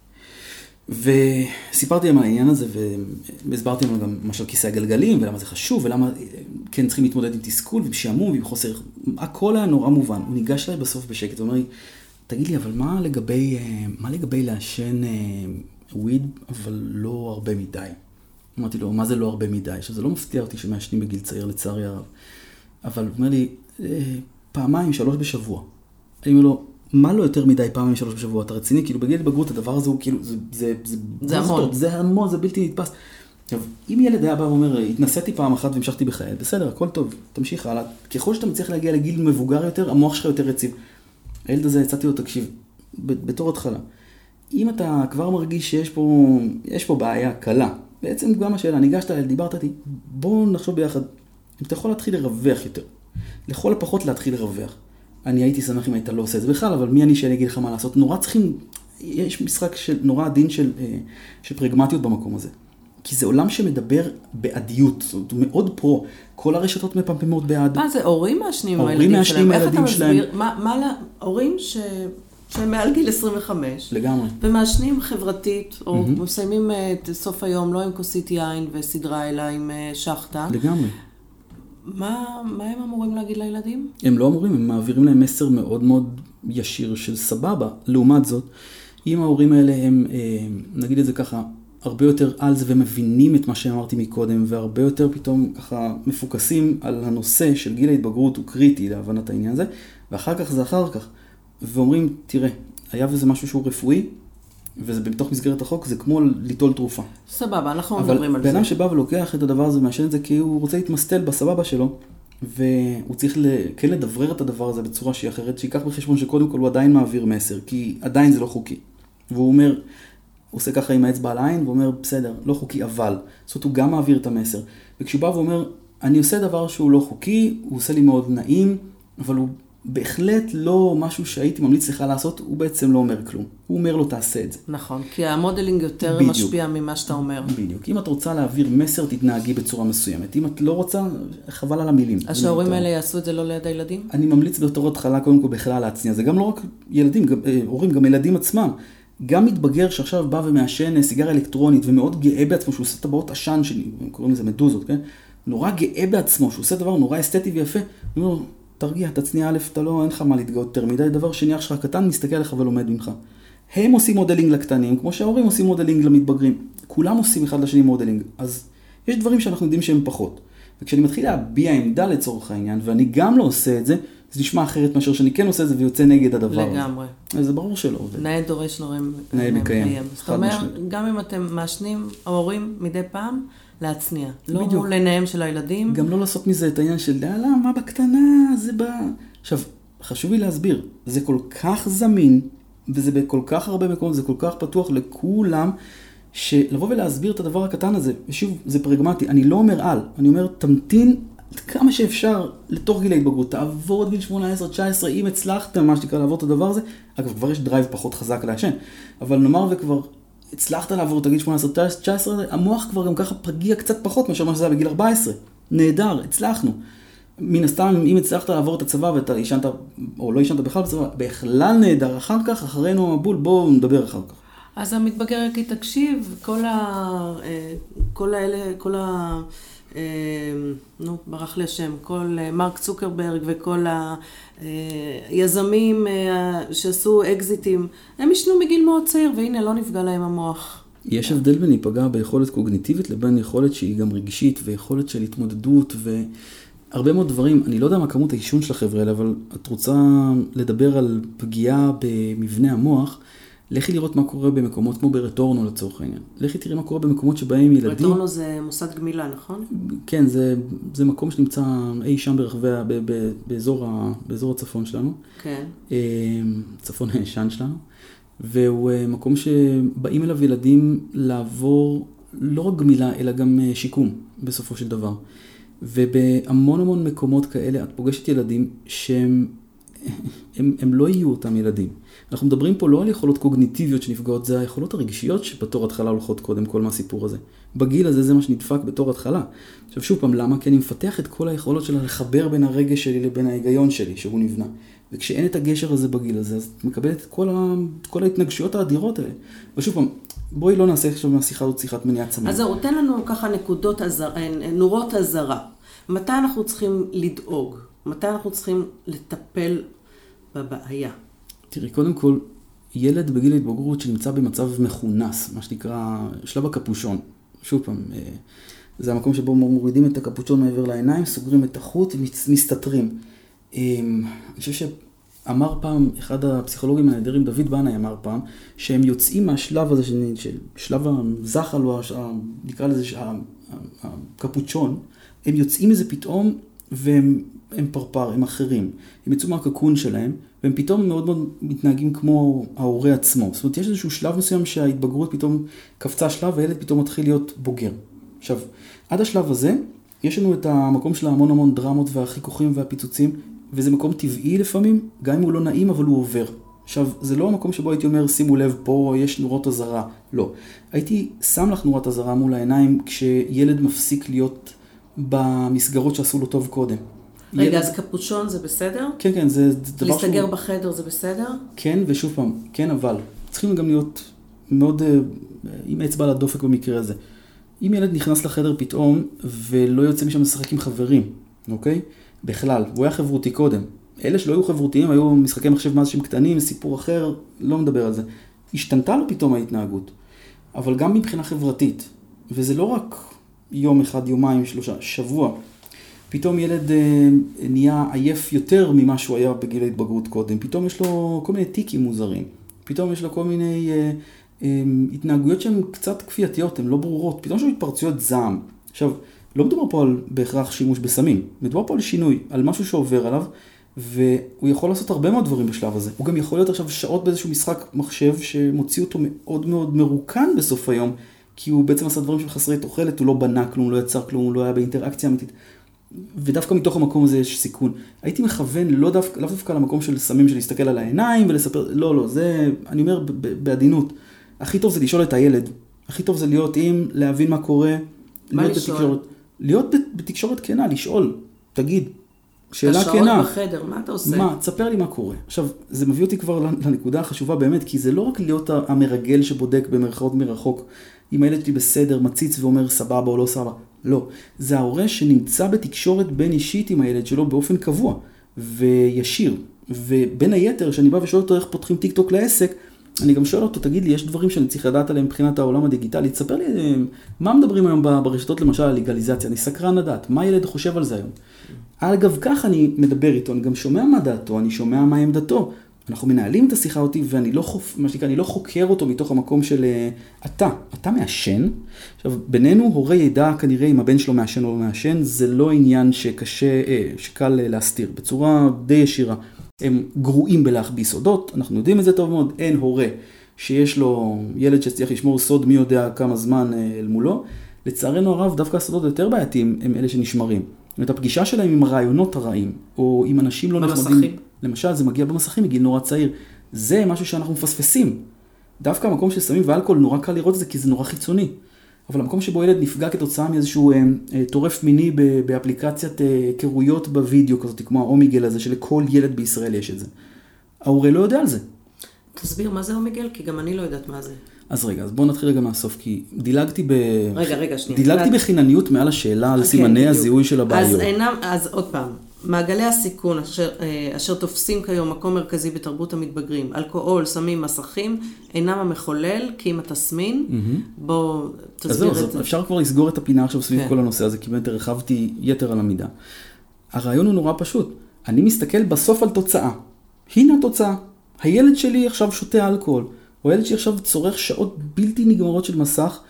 וסיפרתי להם על העניין הזה, והסברתי להם גם משל כיסא הגלגלים, ולמה זה חשוב, ולמה כן צריכים להתמודד עם תסכול, ועם שעמום, ועם חוסר, הכל היה נורא מובן. הוא ניגש אליי בסוף בשקט, הוא אומר לי, תגיד לי, אבל מה לגבי לעשן וויד, אבל לא הרבה מדי? אמרתי לו, מה זה לא הרבה מדי? שזה לא מפתיע אותי שמעשנים בגיל צעיר לצערי הרב. אבל הוא אומר לי, 2-3 בשבוע. אני אומר לו, מה לא יותר מדי 2-3 בשבוע? אתה רציני? כאילו בגיל בגרות הדבר הזה הוא כאילו, זה המון. זה המון, זה בלתי נתפס. עכשיו, אם ילד היה בא ואומר, התנסיתי פעם אחת והמשכתי בחיי, בסדר, הכל טוב, תמשיך הלאה. ככל שאתה מצליח להגיע לגיל מבוגר יותר, המוח שלך יותר רציב. הילד הזה, הצעתי לו, תקשיב, בתור התחלה. אם אתה כבר מרגיש שיש פה בעיה קלה, בעצם גם השאלה, ניגשת אליי, דיברת איתי, בואו נחשוב ביחד, אם אתה יכול להתחיל לרווח יותר, לכל הפחות להתחיל לרווח. אני הייתי שמח אם היית לא עושה את זה בכלל, אבל מי אני שאני אגיד לך מה לעשות? נורא צריכים, יש משחק נורא עדין של פרגמטיות במקום הזה. כי זה עולם שמדבר בעדיות, זאת אומרת, מאוד פרו, כל הרשתות מפמפמות בעד. מה זה, הורים מעשנים הורים מעשנים הילדים שלהם. איך אתה מסביר, הורים שהם מעל גיל 25. לגמרי. ומעשנים חברתית, או מסיימים את סוף היום, לא עם כוסית יין וסדרה, אלא עם שחטה. לגמרי. מה הם אמורים להגיד לילדים? הם לא אמורים, הם מעבירים להם מסר מאוד מאוד ישיר של סבבה. לעומת זאת, אם ההורים האלה הם, נגיד את זה ככה, הרבה יותר על זה ומבינים את מה שאמרתי מקודם, והרבה יותר פתאום ככה מפוקסים על הנושא של גיל ההתבגרות הוא קריטי להבנת העניין הזה, ואחר כך זה אחר כך. ואומרים, תראה, היה וזה משהו שהוא רפואי, וזה בתוך מסגרת החוק, זה כמו ליטול תרופה. סבבה, אנחנו מדברים על זה. אבל בן אדם שבא ולוקח את הדבר הזה, מאשן את זה כי הוא רוצה להתמסטל בסבבה שלו, והוא צריך כן לדברר את הדבר הזה בצורה שהיא אחרת, שיקח בחשבון שקודם כל הוא עדיין מעביר מסר, כי עדיין זה לא חוקי. והוא אומר, הוא עושה ככה עם האצבע על העין, והוא אומר, בסדר, לא חוקי, אבל. זאת אומרת, הוא גם מעביר את המסר. וכשהוא בא ואומר, אני עושה דבר שהוא לא חוקי, הוא עושה לי מאוד נעים, אבל הוא בהחלט לא משהו שהייתי ממליץ לך לעשות, הוא בעצם לא אומר כלום. הוא אומר לו, תעשה את זה. נכון, כי המודלינג יותר משפיע ממה שאתה אומר. בדיוק. אם את רוצה להעביר מסר, תתנהגי בצורה מסוימת. אם את לא רוצה, חבל על המילים. אז שההורים האלה יעשו את זה לא ליד הילדים? אני ממליץ בתור התחלה, קודם כל בכלל להצניע. זה גם לא רק ילדים, גם הורים, גם ילדים עצמם. גם מתבגר שעכשיו בא ומעשן סיגריה אלקטרונית, ומאוד גאה בעצמו, שהוא עושה טבעות עשן, קוראים לזה מדוזות, כן? נורא גאה בעצמו, שהוא עושה דבר נורא אסתטי ויפה. הוא אומר, תרגיע, תצניע א', אין לך מה להתגאות יותר מדי, דבר שני, אח שלך קטן, מסתכל עליך ולומד ממך. הם עושים מודלינג לקטנים, כמו שההורים עושים מודלינג למתבגרים. כולם עושים אחד לשני מודלינג, אז יש דברים שאנחנו יודעים שהם פחות. וכשאני מתחיל להביע עמדה לצורך העניין, ואני גם לא עושה את זה, זה נשמע אחרת מאשר שאני כן עושה את זה ויוצא נגד הדבר הזה. לגמרי. אז זה ברור שלא עובד. נאה דורש נאה מקיים. זאת אומרת, גם אם אתם מעשנים, ההורים מדי פעם, להצניע. לא מול עיניהם של הילדים. גם לא לעשות מזה את העניין של, מה בקטנה, זה עכשיו, חשוב לי להסביר, זה כל כך זמין, וזה בכל כך הרבה מקומות, זה כל כך פתוח לכולם, שלבוא ולהסביר את הדבר הקטן הזה, ושוב, זה פרגמטי, אני לא אומר על, אני אומר, תמתין כמה שאפשר לתוך גיל ההתבגרות, תעבור את גיל 18-19, אם הצלחתם, מה שנקרא, לעבור את הדבר הזה, אגב, כבר יש דרייב פחות חזק לעשן, אבל נאמר וכבר הצלחת לעבור את הגיל 18-19, המוח כבר גם ככה פגיע קצת פחות מאשר מה שזה היה בגיל 14. נהדר, הצלחנו. מן הסתם, אם הצלחת לעבור את הצבא ואתה ישנת, או לא ישנת בכלל בצבא, בכלל נהדר. אחר כך, אחרינו המבול, בואו נדבר אחר כך. אז המתבגר כי תקשיב, ברח לי השם, כל מרק צוקרברג וכל היזמים שעשו אקזיטים, הם ישנו מגיל מאוד צעיר, והנה לא נפגע להם המוח. יש הבדל בין להיפגע ביכולת קוגניטיבית לבין יכולת שהיא גם רגשית, ויכולת של התמודדות, הרבה מאוד דברים, אני לא יודע מה כמות העישון של החבר'ה האלה, אבל את רוצה לדבר על פגיעה במבנה המוח, לכי לראות מה קורה במקומות כמו ברטורנו לצורך העניין. לכי תראי מה קורה במקומות שבהם ילדים... רטורנו זה מוסד גמילה, נכון? כן, זה מקום שנמצא אי שם ברחבי, באזור הצפון שלנו. כן. צפון הישן שלנו. והוא מקום שבאים אליו ילדים לעבור לא רק גמילה, אלא גם שיקום בסופו של דבר. ובהמון המון מקומות כאלה את פוגשת ילדים שהם לא יהיו אותם ילדים. אנחנו מדברים פה לא על יכולות קוגניטיביות שנפגעות, זה היכולות הרגשיות שבתור התחלה הולכות קודם כל מהסיפור הזה. בגיל הזה זה מה שנדפק בתור התחלה. עכשיו שוב פעם, למה? כי אני מפתח את כל היכולות שלה לחבר בין הרגש שלי לבין ההיגיון שלי שהוא נבנה. וכשאין את הגשר הזה בגיל הזה, אז את מקבלת את כל ההתנגשויות האדירות האלה. ושוב פעם, בואי לא נעשה עכשיו מהשיחה הזאת שיחת מניעת סמים. אז זהו, תן לנו ככה נורות הזרה. מתי אנחנו צריכים לדאוג? מתי אנחנו צריכים לטפל בבעיה? תראי, קודם כל, ילד בגיל ההתבגרות שנמצא במצב מכונס, מה שנקרא שלב הקפושון. שוב פעם, זה המקום שבו מורידים את הקפוצ'ון מעבר לעיניים, סוגרים את החוט ומסתתרים. אני חושב שאמר פעם, אחד הפסיכולוגים הנהדרים, דוד בנאי אמר פעם, שהם יוצאים מהשלב הזה, של שלב הזחל, או נקרא לזה הקפוצ'ון, הם יוצאים מזה פתאום, והם פרפר, הם אחרים. הם יצאו מהקקון שלהם, והם פתאום מאוד מאוד מתנהגים כמו ההורה עצמו. זאת אומרת, יש איזשהו שלב מסוים שההתבגרות פתאום קפצה שלב, והילד פתאום מתחיל להיות בוגר. עכשיו, עד השלב הזה, יש לנו את המקום של המון המון דרמות והחיכוכים והפיצוצים, וזה מקום טבעי לפעמים, גם אם הוא לא נעים, אבל הוא עובר. עכשיו, זה לא המקום שבו הייתי אומר, שימו לב, פה יש נורות הזרה. לא. הייתי שם לך נורת הזרה מול העיניים, כשילד מפסיק להיות במסגרות שעשו לו טוב קודם. רגע, אז קפוצ'ון זה בסדר? כן, כן, זה דבר שהוא... להסתגר בחדר זה בסדר? כן, ושוב פעם, כן, אבל צריכים גם להיות מאוד עם אצבע על הדופק במקרה הזה. אם ילד נכנס לחדר פתאום ולא יוצא משם לשחק עם חברים, אוקיי? בכלל, הוא היה חברותי קודם. אלה שלא היו חברותיים, היו משחקי מחשב מאז שהם קטנים, סיפור אחר, לא מדבר על זה. השתנתה לו פתאום ההתנהגות, אבל גם מבחינה חברתית. וזה לא רק יום אחד, יומיים, 3, שבוע. פתאום ילד נהיה עייף יותר ממה שהוא היה בגיל ההתבגרות קודם. פתאום יש לו כל מיני טיקים מוזרים. פתאום יש לו כל מיני התנהגויות שהן קצת כפייתיות, הן לא ברורות. פתאום יש לו התפרצויות זעם. עכשיו, לא מדובר פה על בהכרח שימוש בסמים. מדובר פה על שינוי, על משהו שעובר עליו, והוא יכול לעשות הרבה מאוד דברים בשלב הזה. הוא גם יכול להיות עכשיו שעות באיזשהו משחק מחשב שמוציא אותו מאוד מאוד מרוקן בסוף היום, כי הוא בעצם עשה דברים של חסרי תוחלת, הוא לא בנה כלום, הוא לא יצר כלום, הוא לא היה באינטראקציה אמיתית. ודווקא מתוך המקום הזה יש סיכון. הייתי מכוון לא דווקא למקום של סמים, של להסתכל על העיניים ולספר, לא, זה, אני אומר בעדינות, הכי טוב זה לשאול את הילד, הכי טוב זה להיות להבין מה קורה, להיות בתקשורת, להיות בתקשורת כנה, לשאול, תגיד, שאלה כנה. השעות בחדר, מה אתה עושה? תספר לי מה קורה. עכשיו, זה מביא אותי כבר לנקודה החשובה באמת, כי זה לא רק להיות המרגל שבודק במרכאות מרחוק, אם הילד שלי בסדר, מציץ ואומר סבבה או לא סבבה. לא. זה ההורה שנמצא בתקשורת בין אישית עם הילד שלו באופן קבוע וישיר. ובין היתר, שאני בא ושואל אותו איך פותחים טיק טוק לעסק, אני גם שואל אותו, תגיד לי, יש דברים שאני צריך לדעת עליהם מבחינת העולם הדיגיטלי? תספר לי, מה מדברים היום ברשתות למשל על לגליזציה? אני סקרן לדעת, מה ילד חושב על זה היום? אגב, כך אני מדבר איתו, אני גם שומע מה דעתו, אני שומע מה עמדתו. אנחנו מנהלים את השיחה אותי, ואני לא חוקר אותו מתוך המקום של אתה מעשן. עכשיו, בינינו הורה ידע כנראה אם הבן שלו מעשן או לא מעשן, זה לא עניין שקל להסתיר, בצורה די ישירה. הם גרועים בלהחביא סודות, אנחנו יודעים את זה טוב מאוד, אין הורה שיש לו ילד שצריך לשמור סוד מי יודע כמה זמן אל מולו. לצערנו הרב, דווקא הסודות יותר בעייתיים הם אלה שנשמרים. את הפגישה שלהם עם הרעיונות הרעים, או עם אנשים לא נחמדים. למשל, זה מגיע במסכים מגיל נורא צעיר. זה משהו שאנחנו מפספסים. דווקא המקום של סמים ואלכוהול נורא קל לראות את זה, כי זה נורא חיצוני. אבל המקום שבו ילד נפגע כתוצאה מאיזשהו טורף מיני באפליקציית היכרויות בווידאו כזאת, כמו האומיגל הזה, שלכל ילד בישראל יש את זה. ההורה לא יודע על זה. תסביר מה זה אומיגל, כי גם אני לא יודעת מה זה. אז רגע, אז בואו נתחיל רגע מהסוף, כי דילגתי שנייה. דילגתי בחינניות מעל השאלה על סימני הזיהוי של הבעיות. אז עוד פעם, מעגלי הסיכון אשר תופסים כיום מקום מרכזי בתרבות המתבגרים, אלכוהול, סמים, מסכים, אינם המחולל, כי אם התסמין, בוא תסביר את זה. אפשר כבר לסגור את הפינה עכשיו סביב כל הנושא הזה, כי באמת הרחבתי יתר על המידה. הרעיון הוא נורא פשוט. אני מסתכל בסוף על תוצאה. הנה התוצאה. הילד שלי עכשיו שותה אלכוהול, או הילד שלי עכשיו צורך שעות בלתי נגמרות של מסך,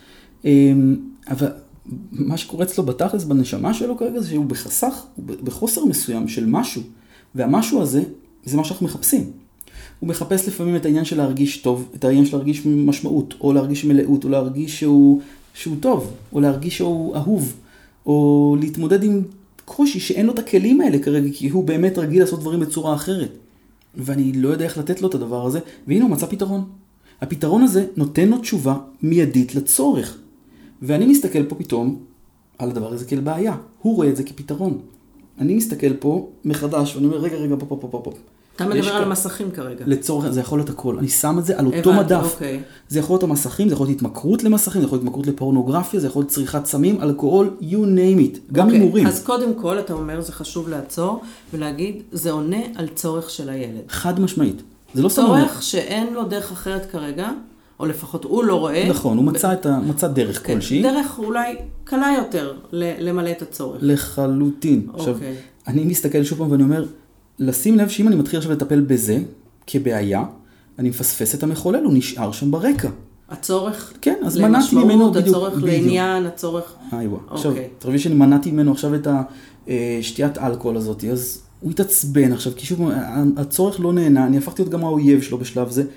אבל מה שקורה אצלו בתכלס בנשמה שלו כרגע זה שהוא בחסך, הוא בחוסר מסוים של משהו, והמשהו הזה זה מה שאנחנו מחפשים. הוא מחפש לפעמים את העניין של להרגיש טוב, את העניין של להרגיש משמעות, או להרגיש מלאות, או להרגיש שהוא טוב, או להרגיש שהוא אהוב, או להתמודד עם קושי שאין לו את הכלים האלה כרגע, כי הוא באמת רגיל לעשות דברים בצורה אחרת. ואני לא יודע איך לתת לו את הדבר הזה, והנה הוא מצא פתרון. הפתרון הזה נותן לו תשובה מיידית לצורך. ואני מסתכל פה פתאום על הדבר הזה כאל בעיה. הוא רואה את זה כפתרון. אני מסתכל פה מחדש, ואני אומר, רגע, פה. אתה מדבר על המסכים כרגע. לצורך, זה יכול להיות הכל. אני שם את זה על אותו מדף. אוקיי. זה יכול להיות המסכים, זה יכול להיות התמכרות למסכים, זה יכול להיות התמכרות לפורנוגרפיה, זה יכול להיות צריכת סמים, אלכוהול, you name it. גם הימורים. אז קודם כל, אתה אומר, זה חשוב לעצור ולהגיד, זה עונה על צורך של הילד. חד משמעית. זה לא צורך שאין לו דרך אחרת כרגע, או לפחות הוא לא רואה. נכון, הוא מצא דרך כלשהי. דרך אולי קלה יותר למלא את הצורך. לחלוטין. עכשיו, אני מסתכל שוב פעם ואני אומר, לשים לב שאם אני מתחיל עכשיו לטפל בזה, כבעיה, אני מפספס את המחולל, הוא נשאר שם ברקע. הצורך כן, אז מנעתי ממנו בדיוק. הצורך לעניין, הצורך... עכשיו, תרבי שאני מנעתי ממנו עכשיו את השתיית אלכוהול הזאת, אז הוא התעצבן עכשיו, כי שוב, הצורך לא נהנה, אני הפכתי להיות גם האויב שלו בשלב זה.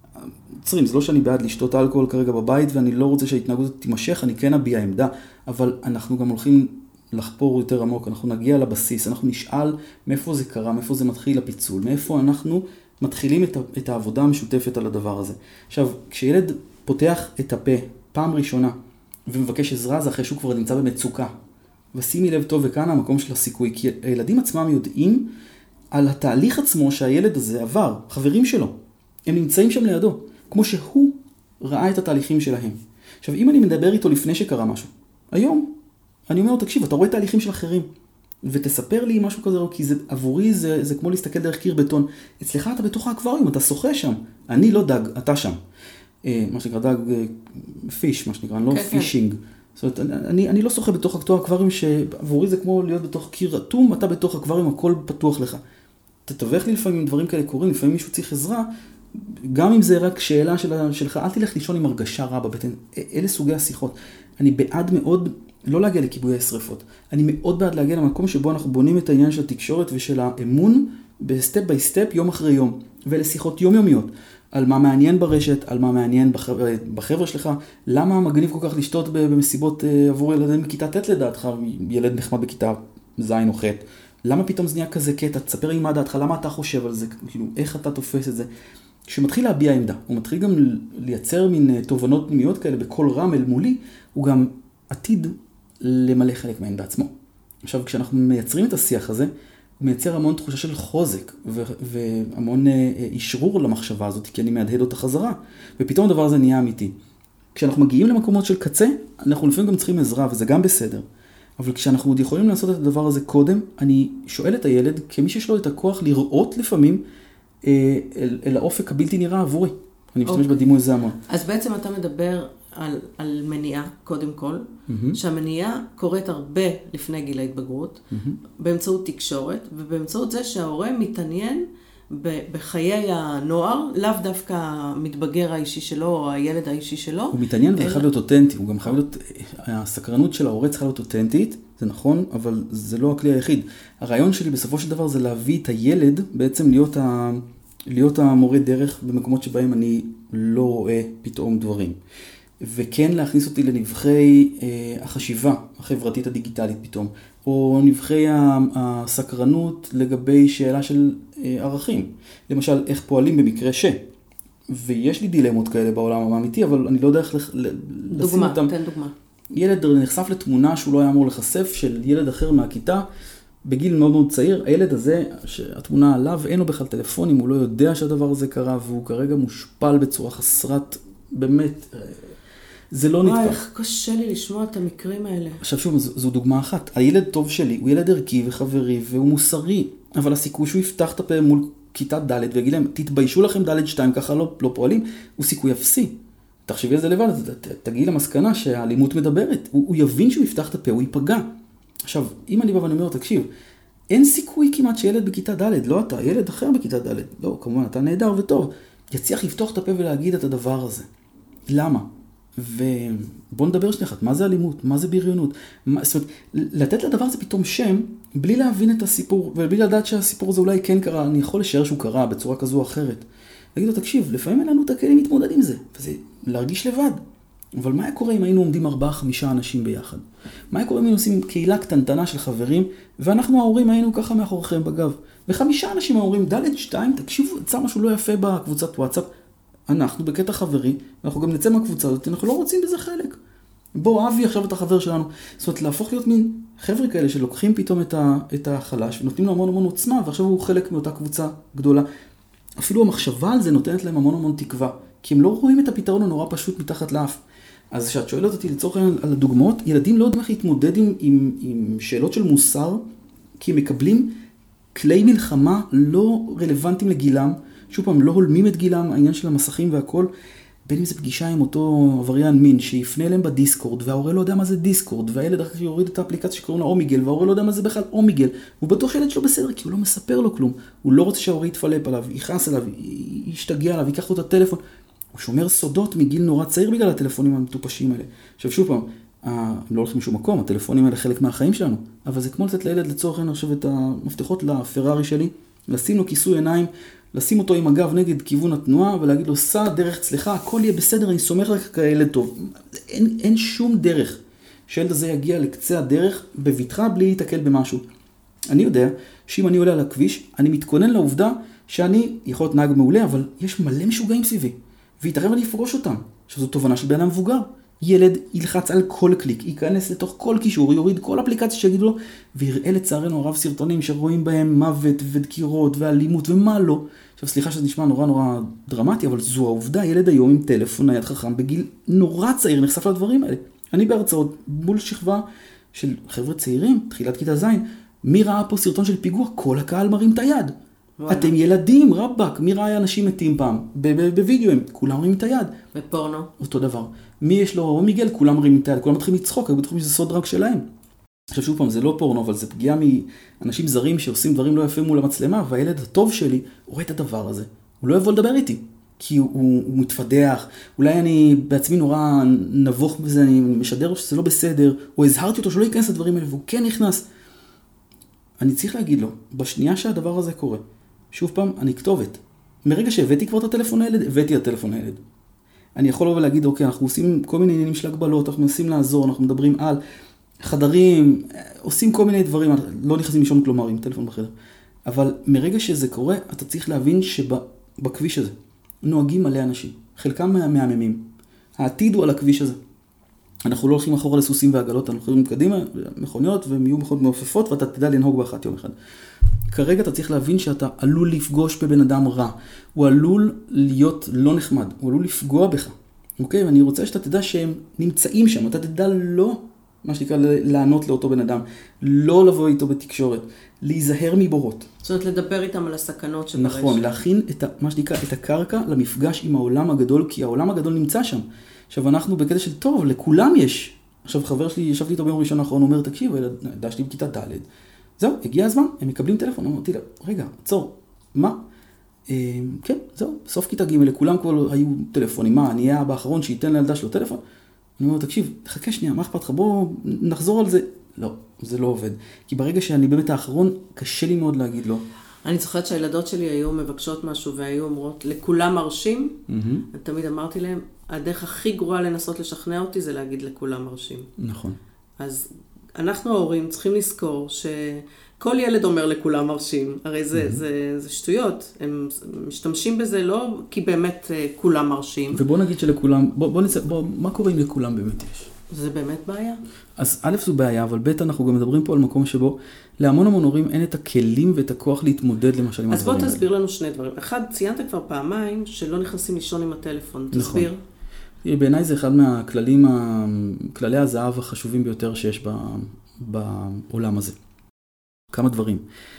זה לא שאני בעד לשתות אלכוהול כרגע בבית, ואני לא רוצה שההתנהגות תימשך, אני כן אביע עמדה, אבל אנחנו גם הולכים לחפור יותר עמוק, אנחנו נגיע לבסיס, אנחנו נשאל מאיפה זה קרה, מאיפה זה מתחיל הפיצול, מאיפה אנחנו מתחילים את העבודה המשותפת על הדבר הזה. עכשיו, כשילד פותח את הפה פעם ראשונה, ומבקש עזרה, זה אחרי שהוא כבר נמצא במצוקה. ושימי לב טוב, וכאן המקום של הסיכוי, כי הילדים עצמם יודעים על התהליך עצמו שהילד הזה עבר, חברים שלו. הם נמצאים שם לידו, כמו שהוא ראה את התהליכים שלהם. עכשיו, אם אני מדבר איתו לפני שקרה משהו, היום, אני אומר לו, תקשיב, אתה רואה תהליכים של אחרים, ותספר לי משהו כזה, כי עבורי זה כמו להסתכל דרך קיר בטון. אצלך אתה בתוך האקווריום, אתה שוחה שם. אני לא דג, אתה שם. מה שנקרא דג פיש, מה שנקרא, לא פישינג. זאת אומרת, אני לא שוחה בתוך אותו אקווריום שעבורי זה כמו להיות בתוך קיר אטום, אתה בתוך אקווריום, הכל פתוח לך. תתווך לי לפעמים דברים כאלה קורים, לפעמים מישהו צריך עזרה, גם אם זה רק שאלה שלך, אל תלך לישון עם הרגשה רע בבטן. אלה סוגי השיחות. אני בעד מאוד לא להגיע לכיבוי השריפות. אני מאוד בעד להגיע למקום שבו אנחנו בונים את העניין של התקשורת ושל האמון בסטפ ביי סטפ, יום אחרי יום. ולשיחות יומיומיות. על מה מעניין ברשת, על מה מעניין בחבר'ה שלך, למה מגניב כל כך לשתות במסיבות עבור ילדים בכיתה ט' לדעתך, ילד נחמד בכיתה ז' או ח', למה פתאום זה נהיה כזה קטע, תספר לי מה דעתך, למה אתה חושב על זה, כאילו, איך אתה תופס את זה. כשמתחיל להביע עמדה, הוא מתחיל גם לייצר מין תובנות פנימיות כאלה בכל רם אל מולי, הוא גם עתיד למלא חלק מהעמדה עצמו. עכשיו, כשאנחנו מייצרים את השיח הזה, הוא מייצר המון תחושה של חוזק, והמון אישרור למחשבה הזאת, כי אני מהדהד אותה חזרה, ופתאום הדבר הזה נהיה אמיתי. כשאנחנו מגיעים למקומות של קצה, אנחנו לפעמים גם צריכים עזרה, וזה גם בסדר. אבל כשאנחנו עוד יכולים לעשות את הדבר הזה קודם, אני שואל את הילד, כמי שיש לו את הכוח לראות לפעמים, אל האופק הבלתי נראה עבורי. אני משתמש בדימוי זה המון. אז בעצם אתה מדבר על מניעה, קודם כל, שהמניעה קורית הרבה לפני גיל ההתבגרות, באמצעות תקשורת, ובאמצעות זה שההורה מתעניין בחיי הנוער, לאו דווקא המתבגר האישי שלו, או הילד האישי שלו. הוא מתעניין וזה חייב להיות אותנטי, הוא גם חייב להיות, הסקרנות של ההורה צריכה להיות אותנטית, זה נכון, אבל זה לא הכלי היחיד. הרעיון שלי בסופו של דבר זה להביא את הילד, בעצם להיות המורה דרך במקומות שבהם אני לא רואה פתאום דברים. וכן להכניס אותי לנבחי החשיבה החברתית הדיגיטלית פתאום, או נבחי הסקרנות לגבי שאלה של ערכים. למשל, איך פועלים במקרה ויש לי דילמות כאלה בעולם האמיתי, אבל אני לא יודע איך לשים אותם. תן דוגמה. ילד נחשף לתמונה שהוא לא היה אמור לחשף, של ילד אחר מהכיתה, בגיל מאוד מאוד צעיר. הילד הזה, שהתמונה עליו, אין לו בכלל טלפונים, הוא לא יודע שהדבר הזה קרה, והוא כרגע מושפל בצורה חסרת, באמת, זה לא נתפס. איך קשה לי לשמוע את המקרים האלה. עכשיו שוב, זו דוגמה אחת. הילד טוב שלי, הוא ילד ערכי וחברי, והוא מוסרי, אבל הסיכוי שהוא יפתח את הפה מול כיתה ד' ויגיד להם, תתביישו לכם ד' 2, ככה לא פועלים, הוא סיכוי אפסי. תחשבי על זה לבד, תגיעי למסקנה שהאלימות מדברת. הוא יבין שהוא יפתח את הפה, הוא ייפגע. עכשיו, אם אני בא ואני אומר, תקשיב, אין סיכוי כמעט שילד בכיתה ד', לא אתה, ילד אחר בכיתה ד', לא, כמובן, אתה נהדר וטוב, יצליח לפתוח את הפה ולהגיד את הדבר הזה. למה? ובוא נדבר שנייה אחת, מה זה אלימות? מה זה בריונות? זאת אומרת, לתת לדבר הזה פתאום שם, בלי להבין את הסיפור, ובלי לדעת שהסיפור הזה אולי כן קרה, אני יכול לשער שהוא קרה בצורה כזו או אחרת. להגיד לו, תקשיב, לפעמים אין לנו את הכלים להתמודד עם זה, וזה להרגיש לבד. אבל מה היה קורה אם היינו עומדים 4-5 אנשים ביחד? מה היה קורה אם היינו עושים קהילה קטנטנה של חברים, ואנחנו ההורים היינו ככה מאחוריכם בגב? ו5 אנשים ההורים, ד' 2, תקשיבו, יצא משהו לא יפה בקבוצת וואטסאפ, אנחנו בקטע חברי, אנחנו גם נצא מהקבוצה הזאת, אנחנו לא רוצים בזה חלק. בוא, אבי עכשיו את החבר שלנו. זאת אומרת, להפוך להיות מין חבר'ה כאלה שלוקחים פתאום את החלש, ונותנים לו המון עוצמה, ועכשיו הוא חלק מאותה קבוצה גדולה. אפילו המחשבה על זה נותנת להם המון תקווה, כי הם לא רואים את הפתרון הנורא פשוט מתחת לאף. אז כשאת שואלת אותי לצורך על הדוגמאות, ילדים לא יודעים איך להתמודד עם שאלות של מוסר, כי הם מקבלים כלי מלחמה לא רלוונטיים לגילם, שוב פעם, לא הולמים את גילם, העניין של המסכים והכל, בין אם זה פגישה עם אותו עבריין מין, שיפנה אליהם בדיסקורד, וההורה לא יודע מה זה דיסקורד, והילד אחר יוריד את האפליקציה שקוראים לה אומיגל, וההורה לא יודע מה זה בכלל אומיגל, הוא בטוח שילד שלו בסדר, כי הוא לא מספר לו כלום, הוא לא רוצה שההורה יתפלפ עליו, יכעס עליו, ישתגע עליו, ייקח לו את הטלפון, הוא שומר סודות מגיל נורא צעיר בגלל הטלפונים המטופשים האלה. עכשיו שוב פעם, הם לא הולכים משום מקום, הטלפונים האלה חלק מהחיים שלנו, אבל זה כמו לתת לילד לצורך העניין עכשיו את המפתחות לפרארי שלי, לשים לו כיסוי עיניים, לשים אותו עם הגב נגד כיוון התנועה, ולהגיד לו, סע דרך אצלך, הכל יהיה בסדר, אני סומך לך כילד טוב. אין שום דרך שהילד הזה יגיע לקצה הדרך בביטחה בלי להתקל במשהו. אני יודע שאם אני עולה על הכביש, אני מתכונן לעובדה שאני יכול להיות נהג מעולה, אבל יש מלא משוגעים סביבי, ויתערב אני אפגוש אותם. עכשיו זו תובנה של בן אדם מבוגר. ילד ילחץ על כל קליק, ייכנס לתוך כל קישור, יוריד כל אפליקציה שיגידו לו, ויראה לצערנו הרב סרטונים שרואים בהם מוות ודקירות ואלימות ומה לא. עכשיו סליחה שזה נשמע נורא דרמטי, אבל זו העובדה, ילד היום עם טלפון נייד חכם בגיל נורא צעיר נחשף לדברים האלה. אני בהרצאות מול שכבה של חבר'ה צעירים, תחילת כיתה ז', מי ראה פה סרטון של פיגוע? כל הקהל מרים את היד. אתם ילדים, רבק, מי ראה אנשים מתים פעם? בווידאוים, כולם מרים את היד. בפורנו. אותו דבר. מי יש לו מיגל, כולם מרים את היד, כולם מתחילים לצחוק, היו בטוחים שזה סוד רק שלהם. עכשיו שוב פעם, זה לא פורנו, אבל זה פגיעה מאנשים זרים שעושים דברים לא יפים מול המצלמה, והילד הטוב שלי רואה את הדבר הזה. הוא לא יבוא לדבר איתי, כי הוא מתפדח, אולי אני בעצמי נורא נבוך בזה, אני משדר שזה לא בסדר, או הזהרתי אותו שלא ייכנס לדברים האלה, והוא כן נכנס. אני צריך להגיד לו, בשנייה שהדבר הזה קורה, שוב פעם, אני כתובת. מרגע שהבאתי כבר את הטלפון לילד, הבאתי את הטלפון לילד. אני יכול לבוא ולהגיד, אוקיי, אנחנו עושים כל מיני עניינים של הגבלות, אנחנו מנסים לעזור, אנחנו מדברים על חדרים, עושים כל מיני דברים, לא נכנסים לישון כלומר עם טלפון בחדר. אבל מרגע שזה קורה, אתה צריך להבין שבכביש הזה נוהגים מלא אנשים, חלקם מהממים. העתיד הוא על הכביש הזה. אנחנו לא הולכים אחורה לסוסים ועגלות, אנחנו הולכים קדימה, מכוניות, והן יהיו מכוניות מעופפות, ואתה תדע לנהוג באחת יום אחד. כרגע אתה צריך להבין שאתה עלול לפגוש בבן אדם רע. הוא עלול להיות לא נחמד, הוא עלול לפגוע בך. אוקיי? ואני רוצה שאתה תדע שהם נמצאים שם, אתה תדע לא, מה שנקרא, לענות לאותו בן אדם, לא לבוא איתו בתקשורת, להיזהר מבורות. זאת אומרת, לדבר איתם על הסכנות שברשת. נכון, להכין מה שנקרא, את הקרקע למפגש עם העולם הגדול, כי העולם הגדול נמצא שם. עכשיו אנחנו בקטע של טוב, לכולם יש. עכשיו חבר שלי, ישבתי איתו ביום ראשון האחרון, אומר, תקשיב, דשתי בכיתה ד', זהו, הגיע הזמן, הם מקבלים טלפון, אמרתי לה, רגע, עצור, מה? כן, זהו, בסוף כיתה ג' לכולם כבר היו טלפונים, מה, אני אהיה הבא האחרון שייתן לילדה שלו טלפון? אני אומר, תקשיב, חכה שנייה, מה אכפת לך, בוא נחזור על זה. לא, זה לא עובד, כי ברגע שאני באמת האחרון, קשה לי מאוד להגיד לא. אני זוכרת שהילדות שלי היו מבקשות משהו והיו אומרות, לכולם מרשים, תמיד אמרתי להם, הדרך הכי גרועה לנסות לשכנע אותי זה להגיד לכולם מרשים. נכון. אז אנחנו ההורים צריכים לזכור שכל ילד אומר לכולם מרשים, הרי זה שטויות, הם משתמשים בזה לא כי באמת כולם מרשים. ובוא נגיד שלכולם, מה קורה אם לכולם באמת יש? זה באמת בעיה. אז א' זו בעיה, אבל ב' אנחנו גם מדברים פה על מקום שבו להמון הורים אין את הכלים ואת הכוח להתמודד למשל עם הדברים האלה. אז בוא תסביר לנו שני דברים. אחד, ציינת כבר פעמיים שלא נכנסים לישון עם הטלפון. תסביר. בעיניי זה אחד מהכללים, כללי הזהב החשובים ביותר שיש בעולם הזה. כמה דברים.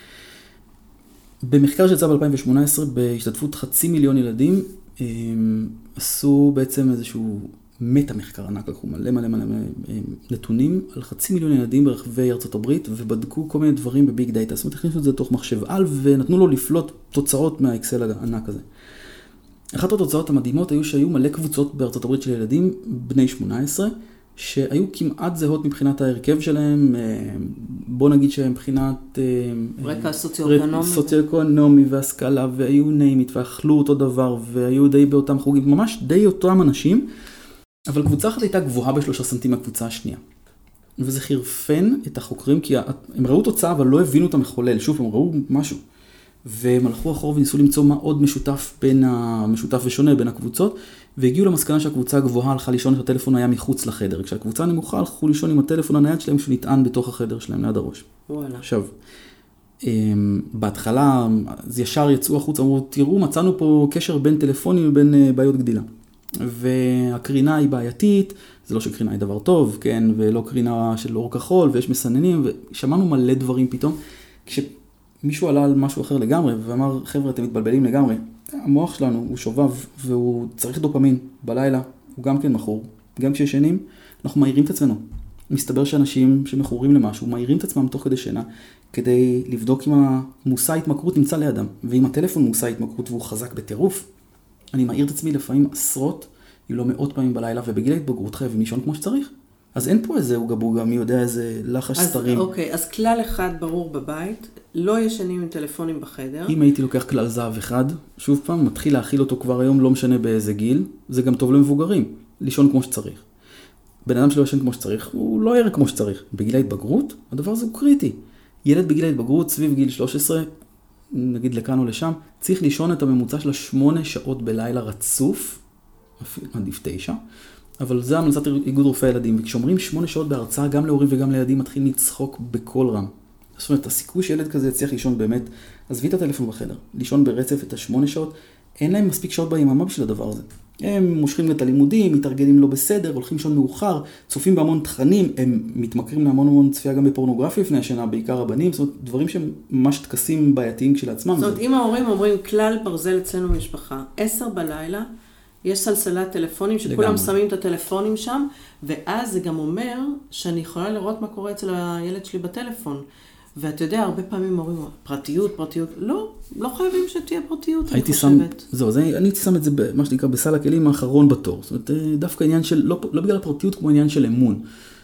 במחקר שיצא ב-2018, בהשתתפות 500,000 ילדים, עשו בעצם איזשהו מטה מחקר ענק, לקחו מלא נתונים על 500,000 ילדים ברחבי ארצות הברית, ובדקו כל מיני דברים בביג דאטה. זאת אומרת, הכניסו את זה לתוך מחשב על, ונתנו לו לפלוט תוצאות מהאקסל הענק הזה. אחת התוצאות המדהימות היו שהיו מלא קבוצות בארצות הברית של ילדים בני 18, שהיו כמעט זהות מבחינת ההרכב שלהם, בוא נגיד שהם מבחינת רקע סוציו-אקונומי והשכלה, והיו נעימית, ואכלו אותו דבר, והיו די באותם חוגים, ממש די אותם אנשים, אבל קבוצה אחת הייתה גבוהה ב3 סנטים מהקבוצה השנייה. וזה חירפן את החוקרים, כי הם ראו תוצאה, אבל לא הבינו את המחולל. שוב, הם ראו משהו. והם הלכו אחורה וניסו למצוא מה עוד משותף ושונה בין הקבוצות, והגיעו למסקנה שהקבוצה הגבוהה הלכה לישון שהטלפון היה מחוץ לחדר. כשהקבוצה הנמוכה הלכו לישון עם הטלפון הנייד שלהם שנטען בתוך החדר שלהם ליד הראש. וואלה. עכשיו, בהתחלה אז ישר יצאו החוץ, אמרו, תראו, מצאנו פה קשר בין טלפונים ובין בעיות גדילה. והקרינה היא בעייתית, זה לא שקרינה היא דבר טוב, כן, ולא קרינה של אור כחול, ויש מסננים, ושמענו מלא דברים פתאום. כשמישהו עלה על משהו אחר לגמרי, ואמר, חבר'ה, אתם מתבלבלים לגמרי. המוח שלנו הוא שובב, והוא צריך דופמין בלילה, הוא גם כן מכור. גם כשישנים, אנחנו מהירים את עצמנו. מסתבר שאנשים שמכורים למשהו, מהירים את עצמם תוך כדי שינה, כדי לבדוק אם המושא התמכרות נמצא לידם. ואם הטלפון מושא התמכרות והוא חזק בטירוף, אני מהיר את עצמי לפעמים עשרות, אם לא מאות פעמים בלילה, ובגיל ההתבגרות חייבים לישון כמו שצריך. אז אין פה איזה אוגה-בוגה, מי יודע איזה לחש סתרים. אוקיי, אז כלל אחד ברור בבית, לא ישנים עם טלפונים בחדר. אם הייתי לוקח כלל זהב אחד, שוב פעם, מתחיל להכיל אותו כבר היום, לא משנה באיזה גיל, זה גם טוב למבוגרים, לישון כמו שצריך. בן אדם שלא ישן כמו שצריך, הוא לא יראה כמו שצריך. בגיל ההתבגרות, הדבר הזה הוא קריטי. ילד בגיל ההתבגרות, סביב גיל 13, נגיד לכאן או לשם, צריך לישון את הממוצע של 8 שעות בלילה רצוף, אפילו עדיף 9, אבל זה המלצת איגוד רופאי ילדים, וכשאומרים 8 שעות בהרצאה, גם להורים וגם לילדים מתחיל לצחוק בכל רם. זאת אומרת, הסיכוי שילד כזה יצליח לישון באמת, עזבי את הטלפון בחדר, לישון ברצף את 8 שעות, אין להם מספיק שעות ביממה בשביל הדבר הזה. הם מושכים את הלימודים, מתארגנים לא בסדר, הולכים לישון מאוחר, צופים בהמון תכנים, הם מתמכרים להמון צפייה גם בפורנוגרפיה לפני השינה, בעיקר הבנים, זאת אומרת, דברים שהם ממש תקסים בעייתיים כשלעצמם. זאת אומרת, אם ההורים אומרים כלל ברזל אצלנו במשפחה, 10 בלילה, יש סלסלת טלפונים שכולם שמים את הטלפונים שם, ואז זה גם אומר שאני יכולה לראות מה קורה אצל הילד שלי בטלפון. ואתה יודע, הרבה פעמים אומרים, פרטיות, לא חייבים שתהיה פרטיות, אני חושבת. זהו, אני הייתי שם את זה, מה שנקרא, בסל הכלים האחרון בתור. זאת אומרת, דווקא עניין של, לא בגלל הפרטיות, כמו עניין של אמון.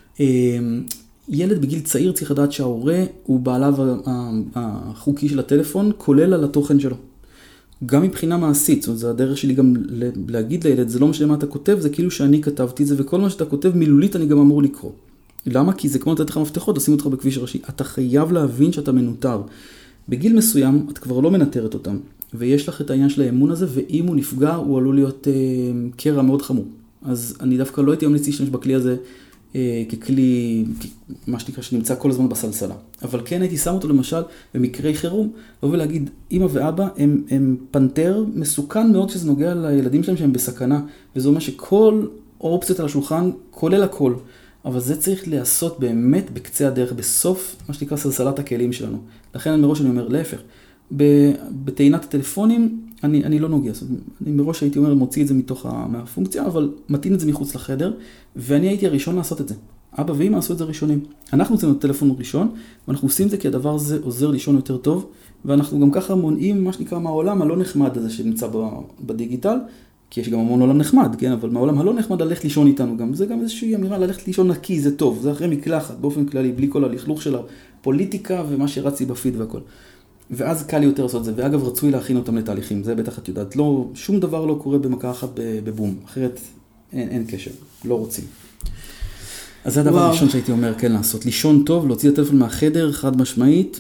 ילד בגיל צעיר צריך לדעת שההורה הוא בעליו החוקי של הטלפון, כולל על התוכן שלו. גם מבחינה מעשית, זאת אומרת, זה הדרך שלי גם להגיד לילד, זה לא משנה מה אתה כותב, זה כאילו שאני כתבתי את זה, וכל מה שאתה כותב מילולית אני גם אמור לקרוא. למה? כי זה כמו לתת לך מפתחות, לשים אותך בכביש ראשי. אתה חייב להבין שאתה מנותר. בגיל מסוים, את כבר לא מנטרת אותם. ויש לך את העניין של האמון הזה, ואם הוא נפגע, הוא עלול להיות קרע מאוד חמור. אז אני דווקא לא הייתי ממליץ להשתמש בכלי הזה ככלי, מה שנקרא, שנמצא כל הזמן בסלסלה. אבל כן הייתי שם אותו למשל במקרי חירום, לבוא ולהגיד, אמא ואבא הם פנתר מסוכן מאוד שזה נוגע לילדים שלהם שהם בסכנה. וזה אומר שכל האופציות על השולחן, כולל הכל. אבל זה צריך לעשות באמת בקצה הדרך, בסוף מה שנקרא סלסלת הכלים שלנו. לכן מראש אני אומר, להפך, בטעינת הטלפונים אני לא נוגע. אני מראש הייתי אומר, מוציא את זה מתוך מהפונקציה, אבל מתאים את זה מחוץ לחדר, ואני הייתי הראשון לעשות את זה. אבא ואמא עשו את זה ראשונים. אנחנו עושים את הטלפון ראשון, ואנחנו עושים את זה כי הדבר הזה עוזר לישון יותר טוב, ואנחנו גם ככה מונעים מה שנקרא מהעולם הלא נחמד הזה שנמצא בדיגיטל, כי יש גם המון עולם נחמד, כן? אבל מהעולם הלא נחמד ללכת לישון איתנו גם. זה גם איזושהי אמירה, ללכת לישון נקי, זה טוב. זה אחרי מקלחת, באופן כללי, בלי כל הלכלוך של הפוליטיקה ומה שרצי בפיד והכל. ואז קל יותר לעשות את זה. ואגב, רצוי להכין אותם לתהליכים. זה בטח את יודעת. לא, שום דבר לא קורה במכה אחת בבום. אחרת אין קשר. לא רוצים. אז זה הדבר הראשון שהייתי אומר, כן, לעשות. לישון טוב, להוציא את הטלפון מהחדר, חד משמעית,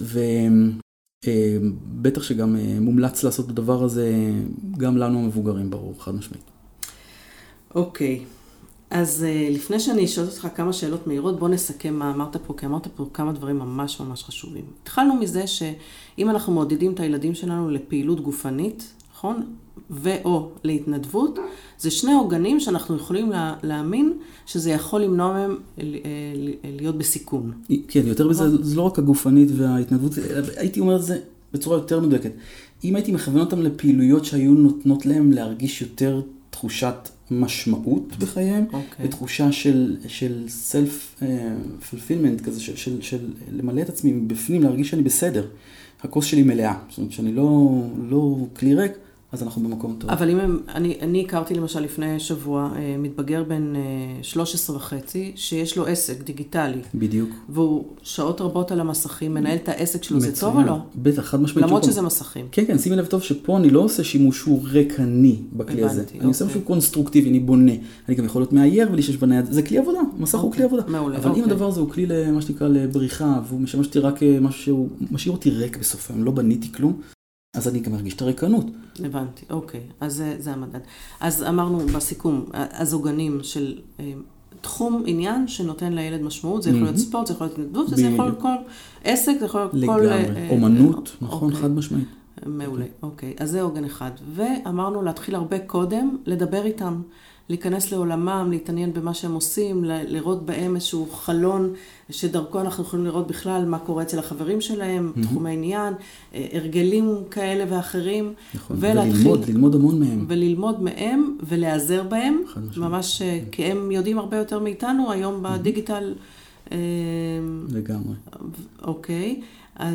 בטח שגם מומלץ לעשות בדבר הזה, גם לנו המבוגרים, ברור, חד משמעית. אוקיי, אז לפני שאני אשאל אותך כמה שאלות מהירות, בוא נסכם מה אמרת פה, כי אמרת פה כמה דברים ממש ממש חשובים. התחלנו מזה שאם אנחנו מעודדים את הילדים שלנו לפעילות גופנית, נכון? ואו להתנדבות, זה שני עוגנים שאנחנו יכולים להאמין שזה יכול למנוע מהם להיות בסיכון. כן, יותר בזה, זה לא רק הגופנית וההתנדבות, הייתי אומר את זה בצורה יותר מדויקת. אם הייתי מכוון אותם לפעילויות שהיו נותנות להם להרגיש יותר תחושת משמעות בחייהם, ותחושה של self-fulfillment כזה, של למלא את עצמי בפנים, להרגיש שאני בסדר. הכוס שלי מלאה, זאת אומרת שאני לא כלי ריק, אז אנחנו במקום טוב. אבל אני הכרתי למשל לפני שבוע מתבגר בן 13.5, שיש לו עסק דיגיטלי. בדיוק. והוא שעות רבות על המסכים, מנהל את העסק שלו, זה טוב או לא? בטח, חד משמעית. למרות שזה מסכים. כן, כן, שימי לב טוב שפה אני לא עושה שימוש שהוא ריקני בכלי הזה. אני עושה משהו קונסטרוקטיבי, אני בונה. אני גם יכול להיות מאייר ולשש בנייד. זה כלי עבודה, מסך הוא כלי עבודה. מעולה. אבל אם הדבר הזה הוא כלי למה שנקרא לבריחה, והוא משמש אותי רק משהו שהוא משאיר אותי ריק בסוף, אני לא בניתי כלום. אז אני גם מרגיש את הריקנות. הבנתי, אוקיי. אז זה המדד. אז אמרנו בסיכום, הזוגנים של תחום עניין שנותן לילד משמעות, זה יכול להיות ספורט, זה יכול להיות התנדבות, זה יכול להיות כל עסק, זה יכול להיות כל... לגמרי, אומנות, נכון, חד משמעית. מעולה, אוקיי. אז זה עוגן אחד. ואמרנו להתחיל הרבה קודם, לדבר איתם, להיכנס לעולמם, להתעניין במה שהם עושים, לראות בהם איזשהו חלון, שדרכו אנחנו יכולים לראות בכלל מה קורה אצל החברים שלהם, תחום העניין, הרגלים כאלה ואחרים. נכון, וללמוד המון מהם. וללמוד מהם ולהיעזר בהם, ממש כי הם יודעים הרבה יותר מאיתנו, היום בדיגיטל. לגמרי. אוקיי.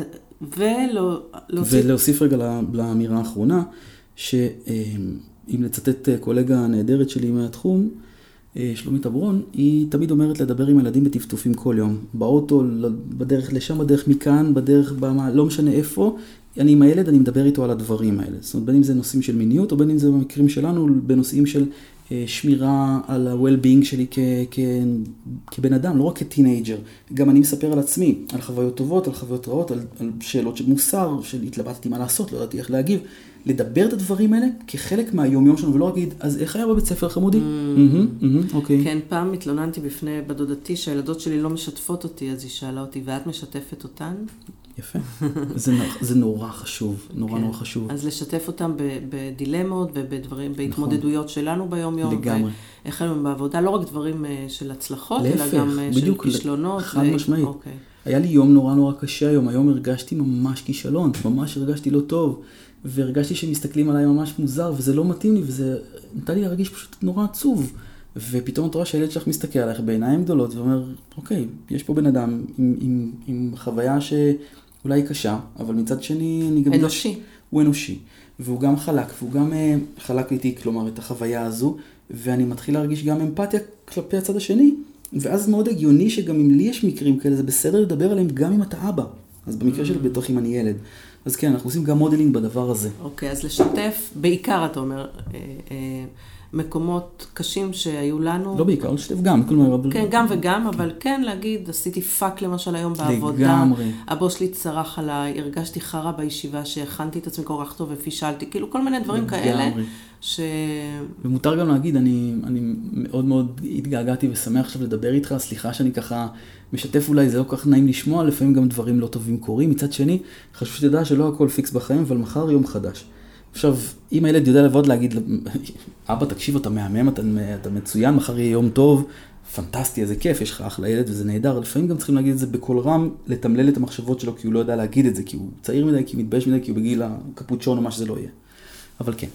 ולהוסיף רגע לאמירה האחרונה, אם לצטט קולגה נהדרת שלי מהתחום, שלומית אברון, היא תמיד אומרת לדבר עם ילדים בטפטופים כל יום. באוטו, בדרך לשם, בדרך מכאן, בדרך, לא משנה איפה, אני עם הילד, אני מדבר איתו על הדברים האלה. זאת אומרת, בין אם זה נושאים של מיניות, או בין אם זה במקרים שלנו, בנושאים של שמירה על ה-well-being שלי כבן אדם, לא רק כטינאג'ר. גם אני מספר על עצמי, על חוויות טובות, על חוויות רעות, על שאלות של מוסר, של התלבטתי מה לעשות, לא ידעתי איך להגיב. לדבר את הדברים האלה כחלק מהיום-יום שלנו, ולא להגיד, אז איך היה בבית ספר חמודי? אוקיי. כן, פעם התלוננתי בפני בדודתי שהילדות שלי לא משתפות אותי, אז היא שאלה אותי, ואת משתפת אותן? יפה. זה נורא חשוב, נורא נורא חשוב. אז לשתף אותם בדילמות ובדברים, בהתמודדויות שלנו ביום-יום. לגמרי. איך הם בעבודה, לא רק דברים של הצלחות, אלא גם של כישלונות. חד משמעית. היה לי יום נורא נורא קשה היום הרגשתי ממש כישלון, ממש הרגשתי לא טוב. והרגשתי שמסתכלים עליי ממש מוזר, וזה לא מתאים לי, וזה נתן לי להרגיש פשוט נורא עצוב. ופתאום את רואה שהילד שלך מסתכל עליך בעיניים גדולות, ואומר, אוקיי, יש פה בן אדם עם חוויה שאולי היא קשה, אבל מצד שני, אני גם... אנושי. הוא אנושי. והוא גם חלק, והוא גם חלק איתי, כלומר, את החוויה הזו, ואני מתחיל להרגיש גם אמפתיה כלפי הצד השני, ואז מאוד הגיוני שגם אם לי יש מקרים כאלה, זה בסדר לדבר עליהם גם אם אתה אבא. אז במקרה שלי בטוח אם אני ילד. אז כן, אנחנו עושים גם מודלינג בדבר הזה. אוקיי, אז לשתף, בעיקר אתה אומר, מקומות קשים שהיו לנו. לא בעיקר, לשתף גם. כן, גם וגם, אבל כן להגיד, עשיתי פאק למשל היום בעבודה. לגמרי. הבוס שלי צרח עליי, הרגשתי חרה בישיבה שהכנתי את עצמי כל כך טוב ופישלתי, כאילו כל מיני דברים כאלה. ומותר גם להגיד, אני מאוד מאוד התגעגעתי ושמח עכשיו לדבר איתך, סליחה שאני ככה משתף אולי, זה לא כל כך נעים לשמוע, לפעמים גם דברים לא טובים קורים. מצד שני, חשוב שתדע שלא הכל פיקס בחיים, אבל מחר יום חדש. עכשיו, אם הילד יודע לבוא להגיד, אבא תקשיב, אתה מהמם, אתה מצוין, מחר יהיה יום טוב, פנטסטי, איזה כיף, יש לך אחלה ילד וזה נהדר. לפעמים גם צריכים להגיד את זה בקול רם, לתמלל את המחשבות שלו, כי הוא לא יודע להגיד את זה, כי הוא צעיר מדי, כי הוא מתבייש מדי, כי הוא בגיל הקפוצ'ון או מה שזה לא יהיה. אבל כן.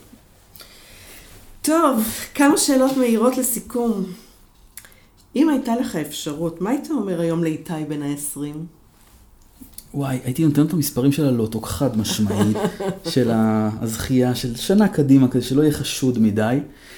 טוב, כמה שאלות מהירות לסיכום. אם הייתה לך אפשרות, מה היית אומר היום לאיתי בן ה-20? וואי, הייתי נותן את המספרים של הלוטו, חד משמעית, של הזכייה, של שנה קדימה, כדי שלא יהיה חשוד מדי.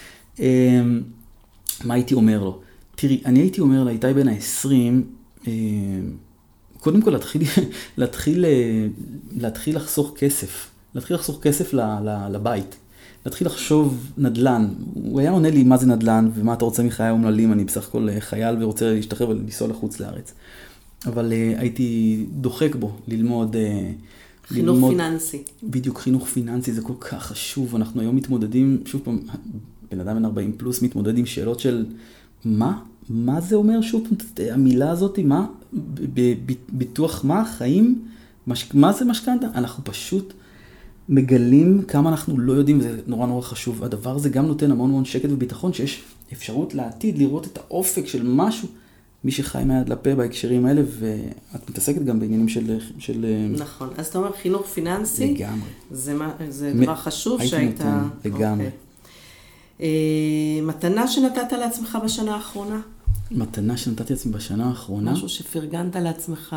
מה הייתי אומר לו? תראי, אני הייתי אומר לאיתי בן ה-20, קודם כל להתחיל לחסוך כסף. להתחיל לחסוך כסף לבית. להתחיל לחשוב נדל"ן. הוא היה עונה לי מה זה נדל"ן ומה אתה רוצה מחיי האומללים. אני בסך הכל חייל ורוצה להשתחרר ולנסוע לחוץ לארץ. אבל הייתי דוחק בו ללמוד... חינוך פיננסי. בדיוק, חינוך פיננסי זה כל כך חשוב. אנחנו היום מתמודדים, שוב פעם, בן אדם בן 40 פלוס מתמודד עם שאלות של מה? מה זה אומר שוב פעם? המילה הזאת, מה? ביטוח מה? חיים? מה זה משכנתא? אנחנו פשוט מגלים כמה אנחנו לא יודעים, וזה נורא נורא חשוב. הדבר הזה גם נותן המון המון שקט וביטחון, שיש אפשרות לעתיד לראות את האופק של משהו, מי שחי מהיד לפה בהקשרים האלה, ואת מתעסקת גם בעניינים של... נכון. אז אתה אומר חינוך פיננסי. לגמרי. זה דבר חשוב שהיית... לגמרי. מתנה שנתת לעצמך בשנה האחרונה? מתנה שנתתי לעצמי בשנה האחרונה? משהו שפרגנת לעצמך,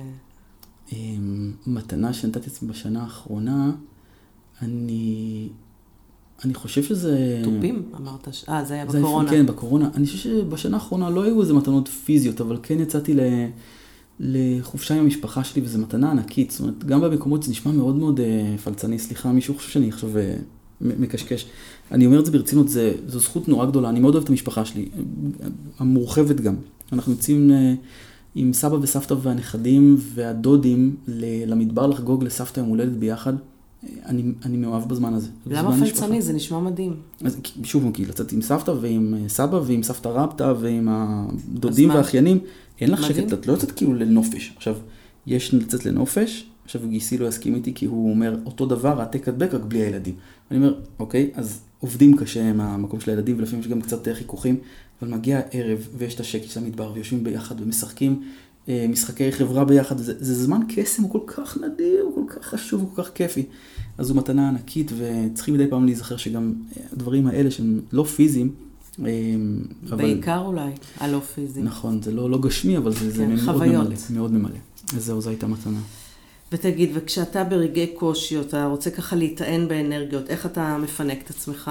מתנה שנתתי לעצמי בשנה האחרונה, אני חושב שזה... טופים, אמרת. זה היה בקורונה. כן, בקורונה. אני חושב שבשנה האחרונה לא היו איזה מתנות פיזיות, אבל כן יצאתי לחופשה עם המשפחה שלי, וזו מתנה ענקית. זאת אומרת, גם במקומות זה נשמע מאוד מאוד פלצני. סליחה, מישהו חושב שאני עכשיו מקשקש. אני אומר את זה ברצינות, זו זכות נורא גדולה. אני מאוד אוהב את המשפחה שלי, המורחבת גם. אנחנו יוצאים עם סבא וסבתא והנכדים והדודים למדבר לחגוג לסבתא יום הולדת ביחד. אני מאוהב בזמן הזה. למה פלצני? זה נשמע מדהים. אז שוב, כי לצאת עם סבתא ועם סבא ועם סבתא רבתא ועם הדודים והאחיינים, אין לך שקט, את לא יוצאת כאילו לנופש. עכשיו, יש לצאת לנופש, עכשיו גיסי לא יסכים איתי כי הוא אומר אותו דבר, העתק הדבק, רק בלי הילדים. אני אומר, אוקיי, אז עובדים קשה עם המקום של הילדים, ולפעמים יש גם קצת חיכוכים, אבל מגיע הערב ויש את השקט של המדבר, ויושבים ביחד ומשחקים משחקי חברה ביחד. זה זמן קסם, הוא כל כך נדיר, הוא כל כך חשוב, הוא כל כך כיפי. אז זו מתנה ענקית, וצריכים מדי פעם להיזכר שגם הדברים האלה שהם לא פיזיים, בעיקר אולי, הלא פיזיים. נכון, זה לא גשמי, אבל זה מאוד ממלא. אז זו הייתה מתנה. ותגיד, וכשאתה ברגעי קושי, אתה רוצה ככה להיטען באנרגיות, איך אתה מפנק את עצמך?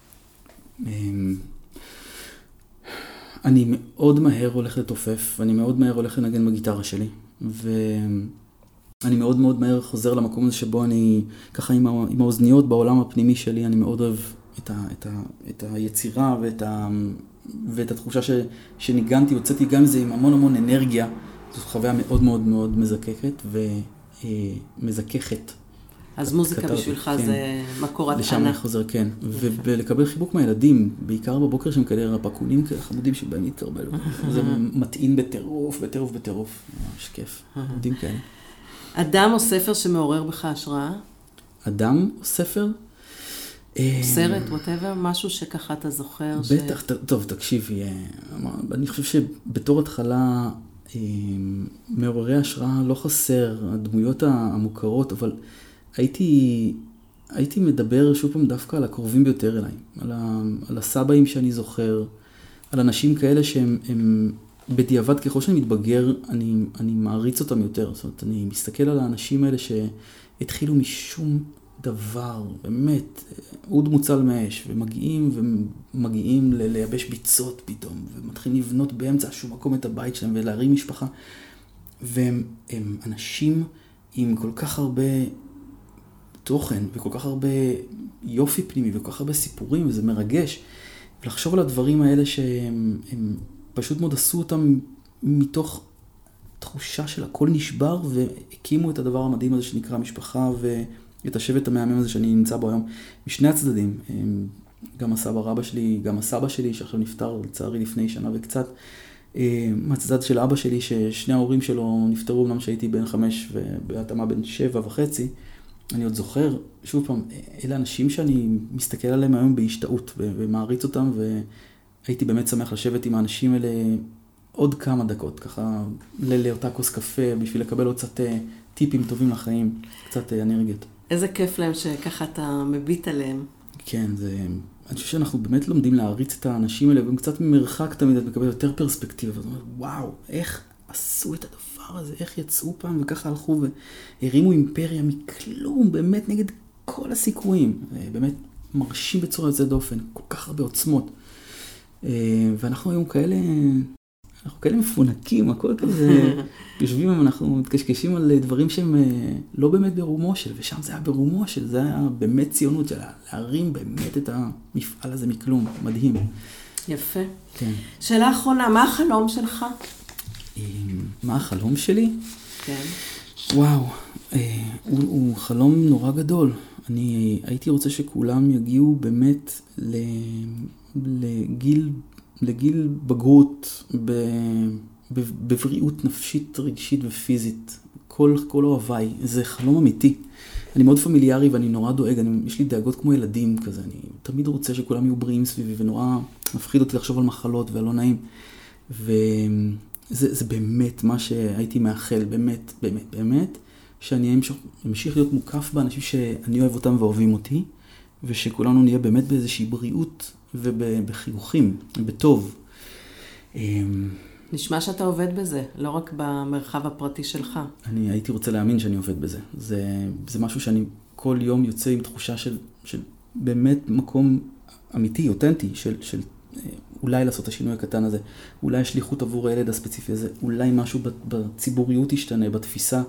אני מאוד מהר הולך לתופף, ואני מאוד מהר הולך לנגן בגיטרה שלי, ואני מאוד מאוד מהר חוזר למקום הזה שבו אני, ככה עם האוזניות בעולם הפנימי שלי, אני מאוד אוהב את היצירה ואת התחושה שניגנתי, הוצאתי גם זה עם המון המון אנרגיה. זו חוויה מאוד מאוד מאוד מזקקת ומזככת. אז מוזיקה בשבילך זה מקור הטענה. לשם אני חוזר, כן. ולקבל חיבוק מהילדים, בעיקר בבוקר שמקדם רפקונים כאלה חמודים שבאים להתקרבל. זה מטעין בטירוף. ממש כיף. חמודים כאלה. אדם או ספר שמעורר בך השראה? אדם או ספר? סרט, whatever, משהו שככה אתה זוכר? בטח, טוב, תקשיבי. אני חושב שבתור התחלה מעוררי השראה לא חסר, הדמויות המוכרות, אבל הייתי מדבר שוב פעם דווקא על הקרובים ביותר אליי, על הסבאים שאני זוכר, על אנשים כאלה שהם בדיעבד, ככל שאני מתבגר, אני מעריץ אותם יותר. זאת אומרת, אני מסתכל על האנשים האלה שהתחילו משום דבר, באמת, עוד מוצל מאש, ומגיעים לייבש ביצות פתאום, ומתחילים לבנות באמצע שום מקום את הבית שלהם ולהרים משפחה, והם אנשים עם כל כך הרבה תוכן, וכל כך הרבה יופי פנימי, וכל כך הרבה סיפורים, וזה מרגש. ולחשוב על הדברים האלה שהם פשוט מאוד עשו אותם מתוך תחושה של הכל נשבר, והקימו את הדבר המדהים הזה שנקרא משפחה, ואת השבט המהמם הזה שאני נמצא בו היום, משני הצדדים. גם הסבא רבא שלי, גם הסבא שלי, שעכשיו נפטר לצערי לפני שנה וקצת, מהצד של אבא שלי, ששני ההורים שלו נפטרו, אמנם שהייתי בן 5 ובהתאמה בן 7.5, אני עוד זוכר, שוב פעם, אלה אנשים שאני מסתכל עליהם היום בהשתאות, ומעריץ אותם, והייתי באמת שמח לשבת עם האנשים האלה עוד כמה דקות, ככה לאותה כוס קפה, בשביל לקבל עוד קצת טיפים טובים לחיים, קצת אנרגיות. איזה כיף להם שככה אתה מביט עליהם. כן, אני חושב שאנחנו באמת לומדים להעריץ את האנשים האלה, וגם קצת ממרחק תמיד את מקבל יותר פרספקטיבה, ואת אומרת, וואו, איך עשו את הדבר הזה, איך יצאו פעם, וככה הלכו והרימו אימפריה מכלום, באמת נגד כל הסיכויים, באמת מרשים בצורה יוצאת דופן, כל כך הרבה עוצמות. ואנחנו היום כאלה מפונקים, הכל כזה, יושבים, אנחנו מתקשקשים על דברים שהם לא באמת ברומו של, ושם זה היה ברומו של, זה היה באמת ציונות של להרים באמת את המפעל הזה מכלום, מדהים. יפה. כן. שאלה אחרונה, מה החלום שלך? מה החלום שלי? כן. וואו, הוא חלום נורא גדול. אני הייתי רוצה שכולם יגיעו באמת לגיל בגרות בבריאות נפשית, רגשית ופיזית. כל אוהביי, זה חלום אמיתי. אני מאוד פמיליארי ואני נורא דואג, יש לי דאגות כמו ילדים כזה, אני תמיד רוצה שכולם יהיו בריאים סביבי, ונורא מפחיד אותי לחשוב על מחלות ועל לא נעים. וזה באמת מה שהייתי מאחל, באמת, שאני אמשיך להיות מוקף באנשים שאני אוהב אותם ואוהבים אותי, ושכולנו נהיה באמת באיזושהי בריאות ובחיוכים, בטוב. נשמע שאתה עובד בזה, לא רק במרחב הפרטי שלך. אני הייתי רוצה להאמין שאני עובד בזה. זה משהו שאני כל יום יוצא עם תחושה של באמת מקום אמיתי, אותנטי, של אולי לעשות את השינוי הקטן הזה, אולי השליחות עבור הילד הספציפי הזה, אולי משהו בציבוריות ישתנה, בתפיסה.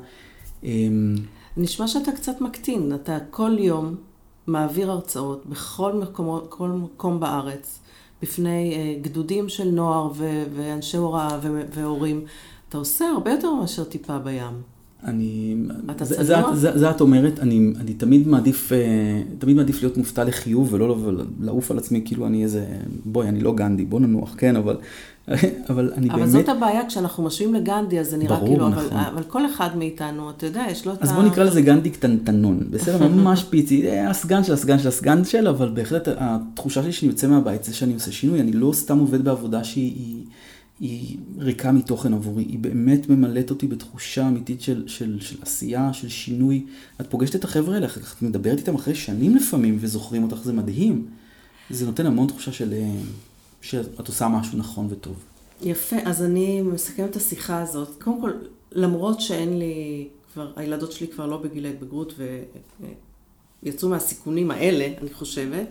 נשמע שאתה קצת מקטין, אתה כל יום מעביר הרצאות בכל מקום בארץ, בפני גדודים של נוער ואנשי הוראה והורים. אתה עושה הרבה יותר מאשר טיפה בים. אתה צנוע? זה את אומרת, אני תמיד מעדיף להיות מופתע לחיוב ולא לעוף על עצמי, כאילו אני איזה, בואי, אני לא גנדי, בוא ננוח, כן, אבל אני באמת... אבל זאת הבעיה, כשאנחנו משווים לגנדי, אז זה נראה ברור, כאילו, נכון. אבל כל אחד מאיתנו, אתה יודע, יש לו את אז בוא נקרא לזה גנדי קטנטנון, בסדר, ממש פיצי, הסגן של הסגן של הסגן של, אבל בהחלט התחושה שלי שאני יוצא מהבית זה שאני עושה שינוי, אני לא סתם עובד בעבודה שהיא ריקה מתוכן עבורי, היא באמת ממלאת אותי בתחושה אמיתית של עשייה, של שינוי. את פוגשת את החבר'ה האלה, את מדברת איתם אחרי שנים לפעמים וזוכרים אותך, זה מדהים. זה נותן המון תחושה שאת עושה משהו נכון וטוב. יפה, אז אני מסכמת את השיחה הזאת. קודם כל, למרות שאין לי, הילדות שלי כבר לא בגיל ההתבגרות ויצאו מהסיכונים האלה, אני חושבת,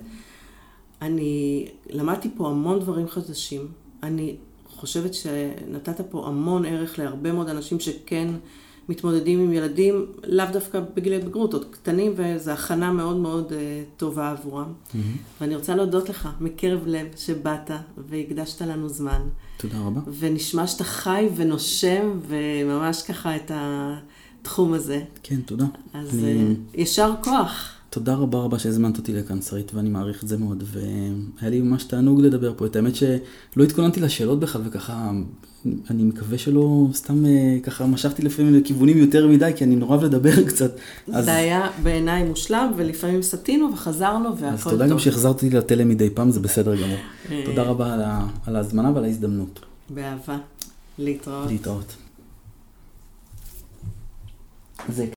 אני למדתי פה המון דברים חדשים. אני חושבת שנתת פה המון ערך להרבה מאוד אנשים שכן מתמודדים עם ילדים, לאו דווקא בגיל ההתבגרות, עוד קטנים, וזו הכנה מאוד מאוד טובה עבורם. ואני רוצה להודות לך מקרב לב שבאת והקדשת לנו זמן. תודה רבה. ונשמע שאתה חי ונושם וממש ככה את התחום הזה. כן, תודה. אז ישר כוח. תודה רבה שהזמנת אותי לכאן, שרית, ואני מעריך את זה מאוד, והיה לי ממש תענוג לדבר פה. את האמת שלא התכוננתי לשאלות בכלל, וככה אני מקווה שלא סתם ככה משכתי לפעמים לכיוונים יותר מדי, כי אני נורא לדבר קצת. זה היה בעיניי מושלם, ולפעמים סתינו וחזרנו והכל טוב. אז תודה גם שהחזרתי לתלם מדי פעם, זה בסדר גמור. תודה רבה על ההזמנה ועל ההזדמנות. באהבה. להתראות. להתראות.